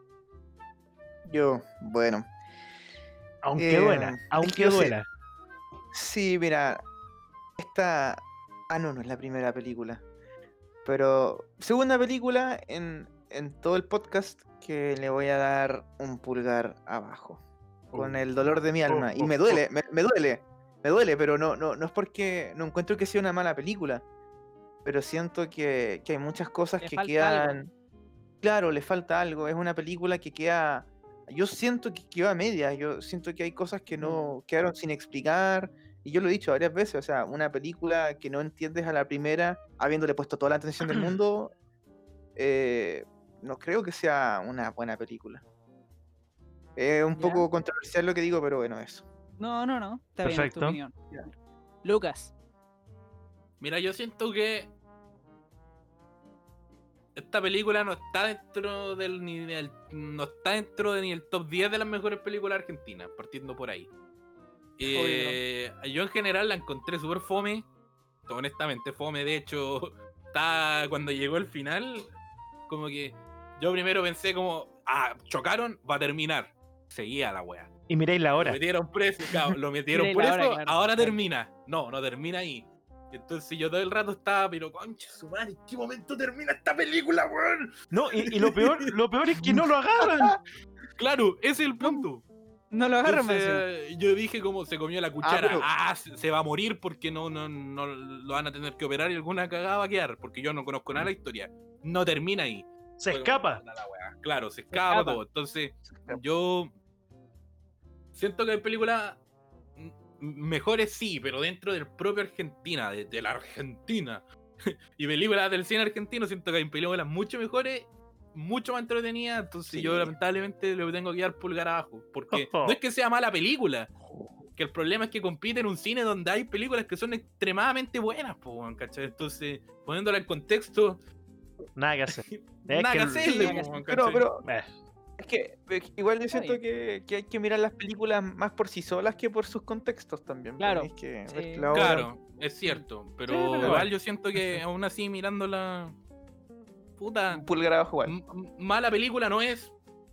Yo, bueno. Aunque Eh, duela, es aunque que yo sé- duela. Sí, mira. Esta. Ah, no, no es la primera película. Pero. Segunda película en, en todo el podcast que le voy a dar un pulgar abajo. Con Oh. el dolor de mi alma. Oh, Y oh, me oh. duele, me, me duele. Me duele, pero no, no, no es porque. No encuentro que sea una mala película. Pero siento que, que hay muchas cosas Le que falta quedan. algo. Claro, le falta algo. Es una película que queda. Yo siento que quedó a medias. Yo siento que hay cosas que no quedaron sin explicar. Y yo lo he dicho varias veces. O sea, una película que no entiendes a la primera, habiéndole puesto toda la atención del mundo, eh, no creo que sea una buena película. Es un ¿Ya? poco controversial lo que digo, pero bueno, eso. No, no, no. Está bien, es tu Perfecto. opinión. Ya. Lucas. Mira, yo siento que esta película no está dentro del ni del- no está dentro de ni el top diez de las mejores películas argentinas, partiendo por ahí. Eh, yo en general la encontré súper fome, honestamente fome. De hecho, está cuando llegó el final, como que yo primero pensé como, ah, chocaron, va a terminar. Seguía la wea. Y miréis la Lo hora. metieron preso, claro, lo metieron Miren la preso, hora, claro. ahora Claro. termina. No, no termina ahí. Entonces yo todo el rato estaba, pero concha su madre, ¿en qué momento termina esta película, weón? No, y, y lo peor, lo peor es que no lo agarran. Claro, ese es el punto. No lo agarran más encima. Entonces, yo dije como se comió la cuchara, pero- ah, se, se va a morir porque no, no, no lo van a tener que operar y alguna cagada va a quedar, porque yo no conozco nada de la historia. No termina ahí. Se Fue escapa. como, "Puta la wea". Claro, se escapa, escapa. todo. Entonces, yo siento que hay películas m- mejores, sí, pero dentro del propio Argentina, de, de la Argentina. Y películas del cine argentino, siento que hay películas mucho mejores, mucho más entretenidas. Entonces, Sí. yo lamentablemente le tengo que dar pulgar abajo. Porque no es que sea mala película, que el problema es que compite en un cine donde hay películas que son extremadamente buenas, po, weón, ¿cachai? Entonces, poniéndola en contexto, Nada que hacer. Es nada que que- hacerle, sí, po, weón, Pero, ¿cachai? pero Eh, es que es que igual yo Está siento que, que hay que mirar las películas más por sí solas que por sus contextos también. Claro. Tenéis que Sí. ver la obra. Claro, es cierto, pero Sí, pero igual igual. yo siento que aún así mirándola, puta, Un pulgar abajo igual. m- m- mala película no es,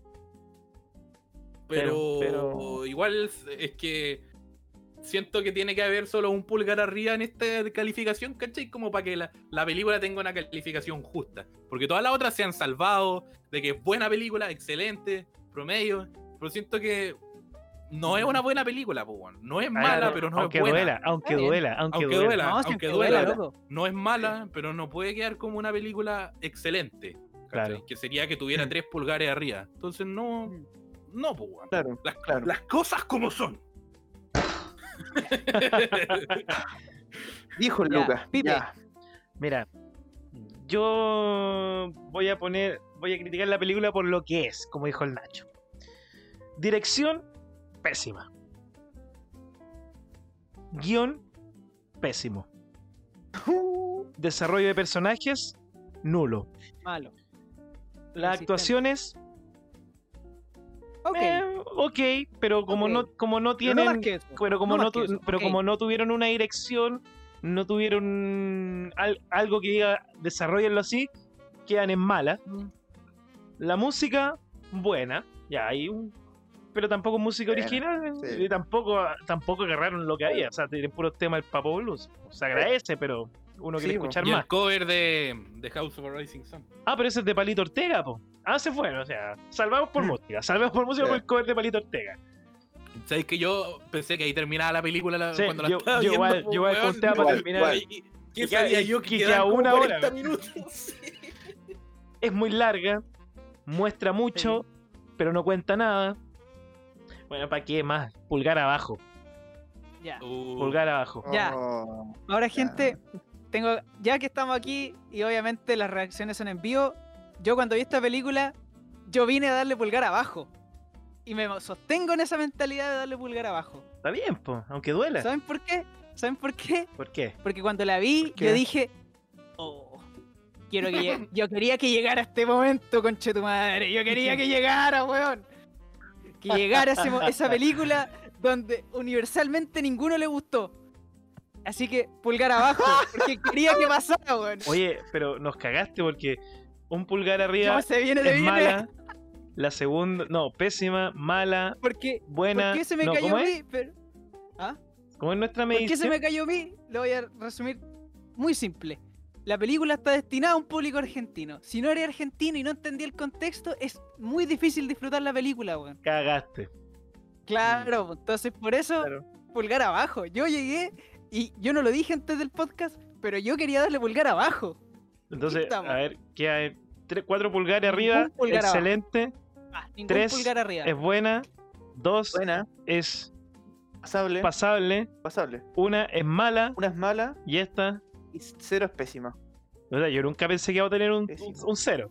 pero, Pero- pero- igual es, es que siento que tiene que haber solo un pulgar arriba en esta calificación, ¿cachai? Como para que la, la película tenga una calificación justa, porque todas las otras se han salvado de que es buena película, excelente, promedio, pero siento que no es una buena película, po, weón. No es mala, claro, pero no aunque es buena. duela, aunque Está bien. duela, aunque, Aunque duela. duela. No, si aunque aunque duela, duela, loco. No es mala, pero no puede quedar como una película excelente. ¿cachai? Claro. Que sería que tuviera Mm. tres pulgares arriba. Entonces no, Mm. no, pues, weón. Claro, Las, claro. las cosas como son. Dijo Ya, Lucas. Pipe. Ya. Mira, yo voy a poner, voy a criticar la película por lo que es, como dijo el Nacho. Dirección, pésima. Guión, pésimo. Desarrollo de personajes, nulo. Malo. Las Inexistente. actuaciones, Ok. eh, ok, pero como Ok. no, como no Pero no tienen, más que eso. pero como No no, más que tu- eso, pero ok. como no tuvieron una dirección, no tuvieron al- algo que diga desarrollenlo así, quedan en mala. Mm. La música, buena, ya hay un, pero tampoco música Buena, original, sí. y tampoco, tampoco agarraron lo que había, o sea, tienen puros temas del Papo Blues. Se agradece, pero uno quiere Sí, po. escuchar Y más. el cover de, de House of a Rising Sun. Ah, pero ese es de Palito Ortega, po. Ah, se fueron, o sea, salvamos por Mm. música, salvamos por música Ya. por el cover de Palito Ortega. ¿Sabes que yo pensé que ahí terminaba la película la- Sí, cuando la yo- estaba yo viendo, igual- po, yo igual weón? contaba para Igual, terminar. igual. ¿Qué Que sabía queda- yo que que queda quedaban como una hora, cuarenta weón. minutos? Es muy larga, muestra mucho, pero no cuenta nada. Bueno, ¿para qué más? Pulgar abajo. Ya. Uh, Pulgar abajo. Ya. Oh, Ahora, ya. gente, tengo, ya que estamos aquí y obviamente las reacciones son en vivo, yo cuando vi esta película, yo vine a darle pulgar abajo. Y me sostengo en esa mentalidad de darle pulgar abajo. Está bien, pues, aunque duela. ¿Saben por qué? ¿Saben por qué? ¿Por qué? Porque cuando la vi, ¿Por qué? yo dije, oh, quiero que llegue- yo quería que llegara este momento, conche tu madre. Yo quería que llegara, weón. Que llegara ese mo- esa película donde universalmente ninguno le gustó. Así que pulgar abajo, porque quería que pasara, weón. Oye, pero nos cagaste porque un pulgar arriba ¿Cómo se viene de es viene? mala. La segunda, no, pésima, mala, Porque, buena. ¿por qué se me no, cayó ¿cómo a es? mí? Pero, ¿ah? ¿Cómo es nuestra ¿Por qué medición? se me cayó a mí? Lo voy a resumir muy simple. La película está destinada a un público argentino. Si no eres argentino y no entendí el contexto, es muy difícil disfrutar la película, weón. Cagaste. Claro, entonces por eso, Claro. pulgar abajo. Yo llegué y yo no lo dije antes del podcast, pero yo quería darle pulgar abajo. Entonces, estamos. a ver, ¿qué hay? Tres, cuatro pulgares Ningún arriba, pulgar abajo. excelente. Ah, ningún Tres pulgar arriba. Es buena. Dos Buena, es pasable, pasable. pasable. Una es mala. Una es mala Y esta. y cero es pésima. O sea, yo nunca pensé que iba a tener un, un, Pésimo. un cero.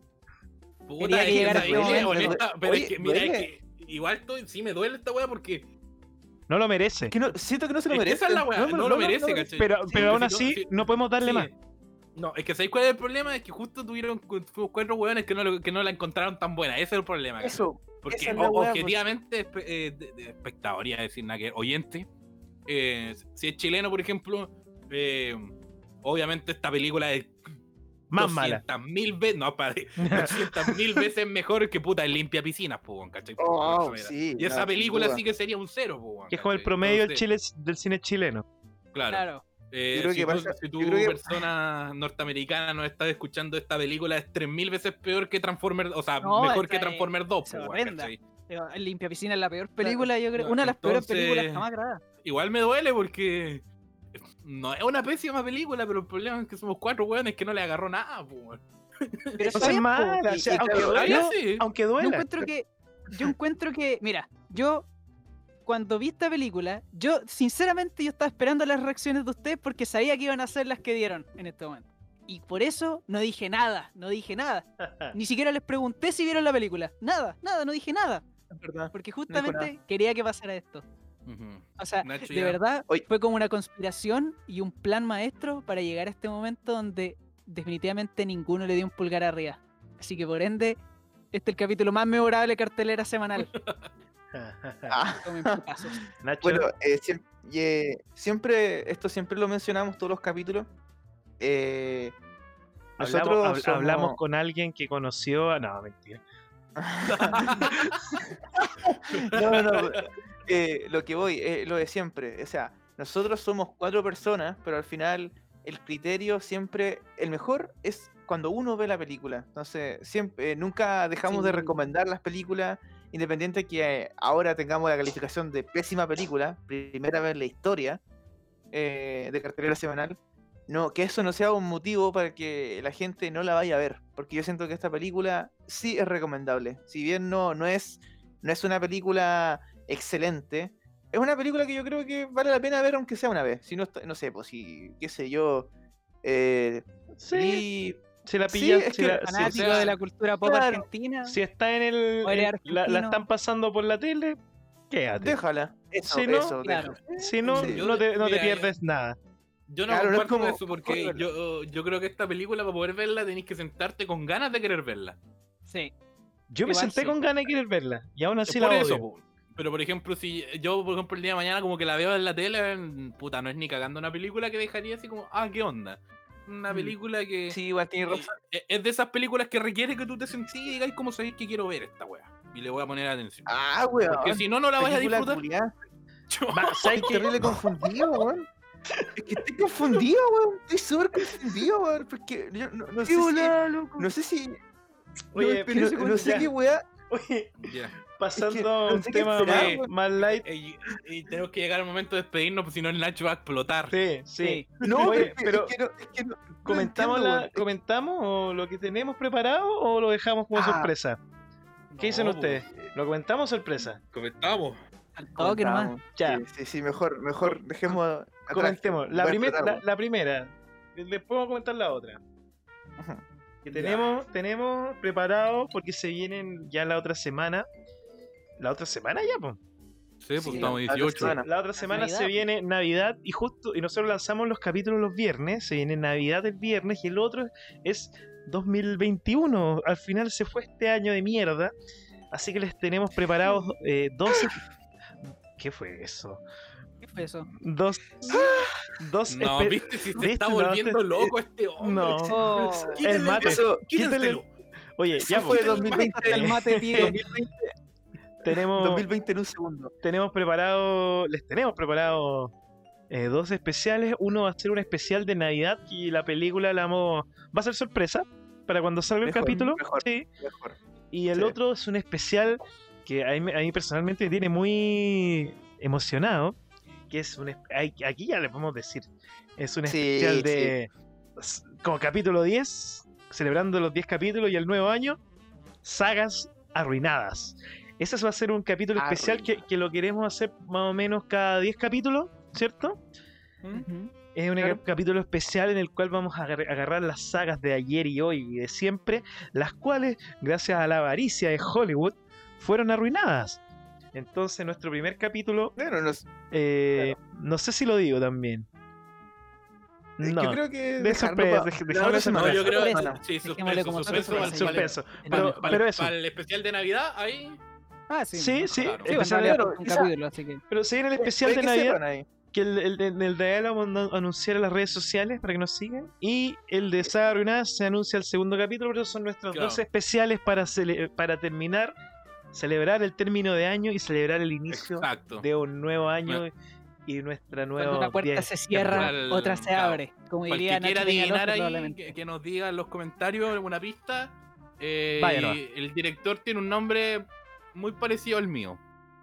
puta, Quería es que que llegara me este duele, momento. honesta, pero Oye, es que, mira, es duele. que igual estoy, sí me duele esta weá porque No lo merece. Que no, siento que no se lo es que merece. esa es la weá, no, lo merece, ¿cachai? Pero, Sí, pero aún si así, si- no podemos darle sí. más. No, es que ¿sabéis cuál es el problema? Es que justo tuvieron cu- fuimos cuatro weones que no, lo- que no la encontraron tan buena. Ese es el problema. ¿cachai? Eso. Porque esa es la o- weá, objetivamente, espe- eh, de, de espectador, iba a decir nada que oyente, eh, si es chileno, por ejemplo, eh, obviamente esta película es Más mala. doscientas mil veces, no, para doscientas mil veces mejor que puta el limpia piscinas, po, weón, ¿cachai? Por- por Oh, eso era. sí, y esa no, sin película duda. sí que sería un cero, po, weón, Que es como el ¿cachai? promedio del, Entonces, Chile, del cine chileno. Claro. Claro. Eh, Yo creo si, que tú, pasa- si yo tú, creo que- persona norteamericana, no estás escuchando esta película, es tres mil veces peor que Transformers, o sea, No, mejor esta que es- Transformers dos, es po, weón, horrenda. ¿cachai? Digo, El Limpia Piscina es la peor película, yo creo. no, Una de las peores entonces- películas jamás grabadas. Igual me duele porque no es una pésima película, pero el problema es que somos cuatro weones que no le agarró nada, po, weón. Pero No está es bien, po. mala. y- o sea, y aunque, claro, duela, Todavía sí. aunque Yo duela. encuentro que, yo encuentro que, mira, yo cuando vi esta película, yo sinceramente yo estaba esperando las reacciones de ustedes porque sabía que iban a ser las que dieron en este momento. Y por eso no dije nada, no dije nada. Ni siquiera les pregunté si vieron la película. Nada, nada, no dije nada. Es verdad. Porque dijo justamente quería que pasara esto. Ujú. O sea, Nacho de ya- verdad, Oye. fue como una conspiración y un plan maestro para llegar a este momento donde definitivamente ninguno le dio un pulgar arriba. Así que por ende, este es el capítulo más memorable de cartelera semanal. Ah, Tomen putazos. Nacho, bueno, eh, siem- y, eh, siempre, esto siempre lo mencionamos todos los capítulos. Eh, nosotros hablamos, hab- somos- hablamos con alguien que conoció a... No, mentira. no, no, eh, lo que voy, eh, lo de siempre. O sea, nosotros somos cuatro personas, pero al final el criterio siempre, el mejor es cuando uno ve la película. Entonces, siempre, eh, nunca dejamos de Sí. recomendar las películas, independiente que eh, ahora tengamos la calificación de pésima película, primera vez en la historia eh, de cartelera semanal. No, que eso no sea un motivo para que la gente no la vaya a ver, porque yo siento que esta película sí es recomendable. Si bien no, no es, no es una película excelente, es una película que yo creo que vale la pena ver aunque sea una vez. Si no, está- no sé, pues si, qué sé yo, eh, Sí, vi- si la sí, pillas, es si, que- la- si- Fanático sea, de la cultura pop claro, argentina. si está en el... O eres en- la, la argentino. están pasando por la tele, quédate. déjala. Eso, Si no, eso, claro. déjala. Si no, Sí, no te, no te mira, pierdes nada. Yo no Claro, no es comparto como- eso porque como- yo, yo creo que esta película para poder verla tenéis que sentarte con ganas de querer verla. Sí. Yo me Igual senté sí. con ganas de querer verla. Y aún así por la eso, odio. po. Pero por ejemplo, si yo por ejemplo el día de mañana como que la veo en la tele, mm, puta, no es ni cagando una película que dejaría así como, ah, ¿qué onda? Una Mm. película que Sí, igual tiene eh, razón. eh, es de esas películas que requiere que tú te sentís y digáis cómo sabéis que quiero ver esta wea. Y le voy a poner atención. Ah, weón. Porque si no, no la vais a película disfrutar. culiá. Va, ¿sabes Estoy qué? terrible confundido, weón. Es que estoy confundido, weón. Estoy súper confundido, weón. Porque yo no, no sé si. No sé si. Oye, no, pero no- ese no sé ya. qué weá. Oye, Ya. pasando Es que a no un sé qué tema esperar, más, weón. más light. Y, y tenemos que llegar al momento de despedirnos, porque si no el Nacho va a explotar. Sí, sí. Sí. No, Oye, es que- pero es que no- es que no- no ¿comentamos, entiendo, la, weón. ¿Comentamos o lo que tenemos preparado o lo dejamos como Ah. sorpresa? ¿Qué dicen No, ustedes? ¿Lo comentamos o sorpresa? Comentamos. Al toque nomás. Contamos. Ya. Sí, sí, sí, mejor, mejor dejemos. atrás. Comentemos. La, Voy a primer- explotar, la, la primera. Después vamos a comentar la otra. Ujú. Que tenemos, tenemos preparado porque se vienen ya la otra semana. ¿La otra semana ya, pues? Sí, pues Sí, estamos la otra dieciocho. semana. La otra semana Navidad. se viene Navidad y justo y nosotros lanzamos los capítulos los viernes, se viene Navidad el viernes y el otro es dos mil veintiuno. Al final se fue este año de mierda, así que les tenemos preparados eh, dos. ¿Qué fue eso? ¿Qué fue eso? Dos. Dos. No, espe- viste si se ¿Viste? está No, volviendo te- loco este hombre. No. Oh, Quítenle el mate. eso, Quítenle- quítenselo. Oye, Eso ya fue pues, dos mil veinte. el mate pide. tenemos. dos mil veinte en un segundo. tenemos preparado, les tenemos preparado eh, dos especiales. Uno va a ser un especial de Navidad y la película la vamos, va a ser sorpresa para cuando salga el Mejor, capítulo. mejor. Sí. Mejor. Y el Sí. otro es un especial que a mí, me- a mí personalmente me tiene muy emocionado. Que es un es- ay, aquí ya le podemos decir. Es un Sí, especial de s- como capítulo diez, celebrando los diez capítulos y el nuevo año. Sagas arruinadas. Ese va a ser un capítulo especial que, que lo queremos hacer más o menos cada diez capítulos, ¿cierto? Ujú. Es un Claro. capítulo especial en el cual vamos a agar- agarrar las sagas de ayer y hoy y de siempre, las cuales, gracias a la avaricia de Hollywood, fueron arruinadas. Entonces, nuestro primer capítulo, Bueno, nos- eh, no sé si lo digo también. eh, No, yo creo que. de dejarlo sorpresa, pa- dej- la dejarlo otra de semana. No, yo creo Sorpresa. que sí, Dejémosle suspenso, como suspenso, sorpresa. para- suspenso. Vale, Pero, para- pero eso, para el especial de Navidad, ahí. Ah, sí. sí, sí, claro. Sí, en especial de- realidad pero un esa- capítulo, así que. pero se viene el especial Puede de que Navidad. sepan ahí. Que el, el, de- el de él vamos a anunciar en las redes sociales para que nos sigan. Y el de Saga Arruinada se anuncia el segundo capítulo, pero son nuestros Claro. dos especiales para, cele- para terminar, celebrar el término de año y celebrar el inicio Exacto. de un nuevo año y nuestra Cuando nueva una puerta vida. se cierra, el- otra se claro. abre. Como Para el diría que quiera Nacho Peñalosa, adivinar ahí, probablemente. que, que nos diga en los comentarios alguna pista. Eh, Vaya nomás. el director tiene un nombre muy parecido al mío.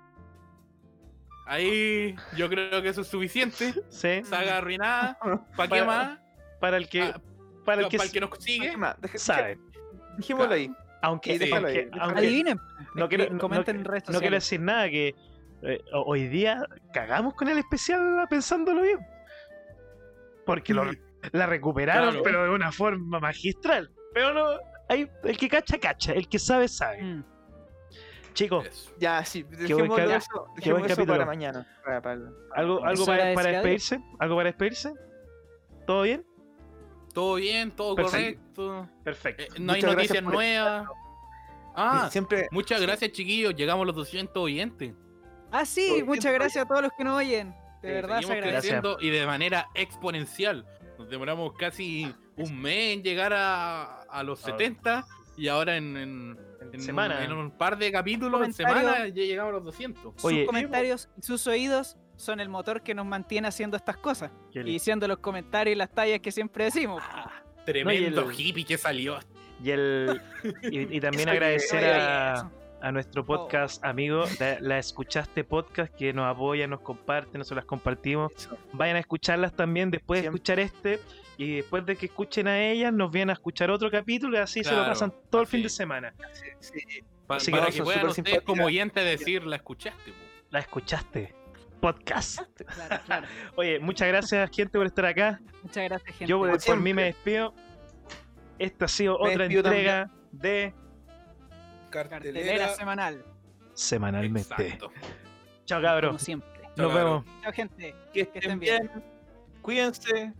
Ahí yo creo que eso es suficiente. Sí, Saga arruinada. ¿Para qué Para- más? para el que, Ah, para el que, para el que nos ¿Qué sigue. más? Deje- sabe. Dejémoslo ahí. Aunque, Sí, déjalo ahí, aunque, déjalo aunque- Adivinen. no quiero, no- comenten no- en redes no quiero sociales. decir nada, que eh, ho- hoy día cagamos con el especial pensándolo bien. Porque lo- la recuperaron, Claro. pero de una forma magistral. Pero no, hay, el que cacha, cacha. El que sabe, sabe. Mm. Chicos, Eso. Ya, sí. buen Dejémoslo cap- eso, qué buen dejemos eso capítulo. para mañana. Para, para el- ¿algo, algo ¿Es para, hora de para decir adiós? despedirse? ¿Algo para despedirse? ¿Todo bien? Todo bien, todo Perfecto. correcto. Perfecto. Eh, no hay Muchas gracias noticias por nuevas. Ah, Siempre. muchas gracias, chiquillos. Llegamos a los doscientos oyentes. Ah, sí, Todo muchas bien, gracias a todos los que nos oyen. De Eh, verdad se seguimos agradece. creciendo y de manera exponencial. Nos demoramos casi un mes en llegar a, a los Ah. setenta y ahora en, en, En en semana. un, en un par de capítulos en Comentario. semana ya llegamos a los doscientos. Sus Oye, comentarios y sus oídos son el motor que nos mantiene haciendo estas cosas. Qué Y lindo. diciendo los comentarios y las tallas que siempre decimos. Tremendo No, y el- hippie que salió. Y, el, y, y también Eso que- agradecer oye, a, eso. a nuestro podcast amigo, la, la Escuchaste Podcast, que nos apoya, nos comparte, nosotros las compartimos. Eso. Vayan a escucharlas también después de Siempre. escuchar este. Y después de que escuchen a ellas, nos vienen a escuchar otro capítulo y así se lo Claro, pasan todo el así fin de es. semana. Sí, Pa- Así que para no, que son puedan súper ustedes simpáticas. como oyentes decir, la escuchaste. po. La escuchaste. Podcast. Claro, claro. Oye, muchas gracias, gente, por estar acá. Muchas gracias, gente. Yo por, por siempre. mí me despido. Esta ha sido Me otra despido entrega de Cartelera semanal, Semanalmente. Exacto. Chao, como cabros. siempre. Nos Chao, vemos. Chao, gente. Que estén estén bien. bien. Cuídense.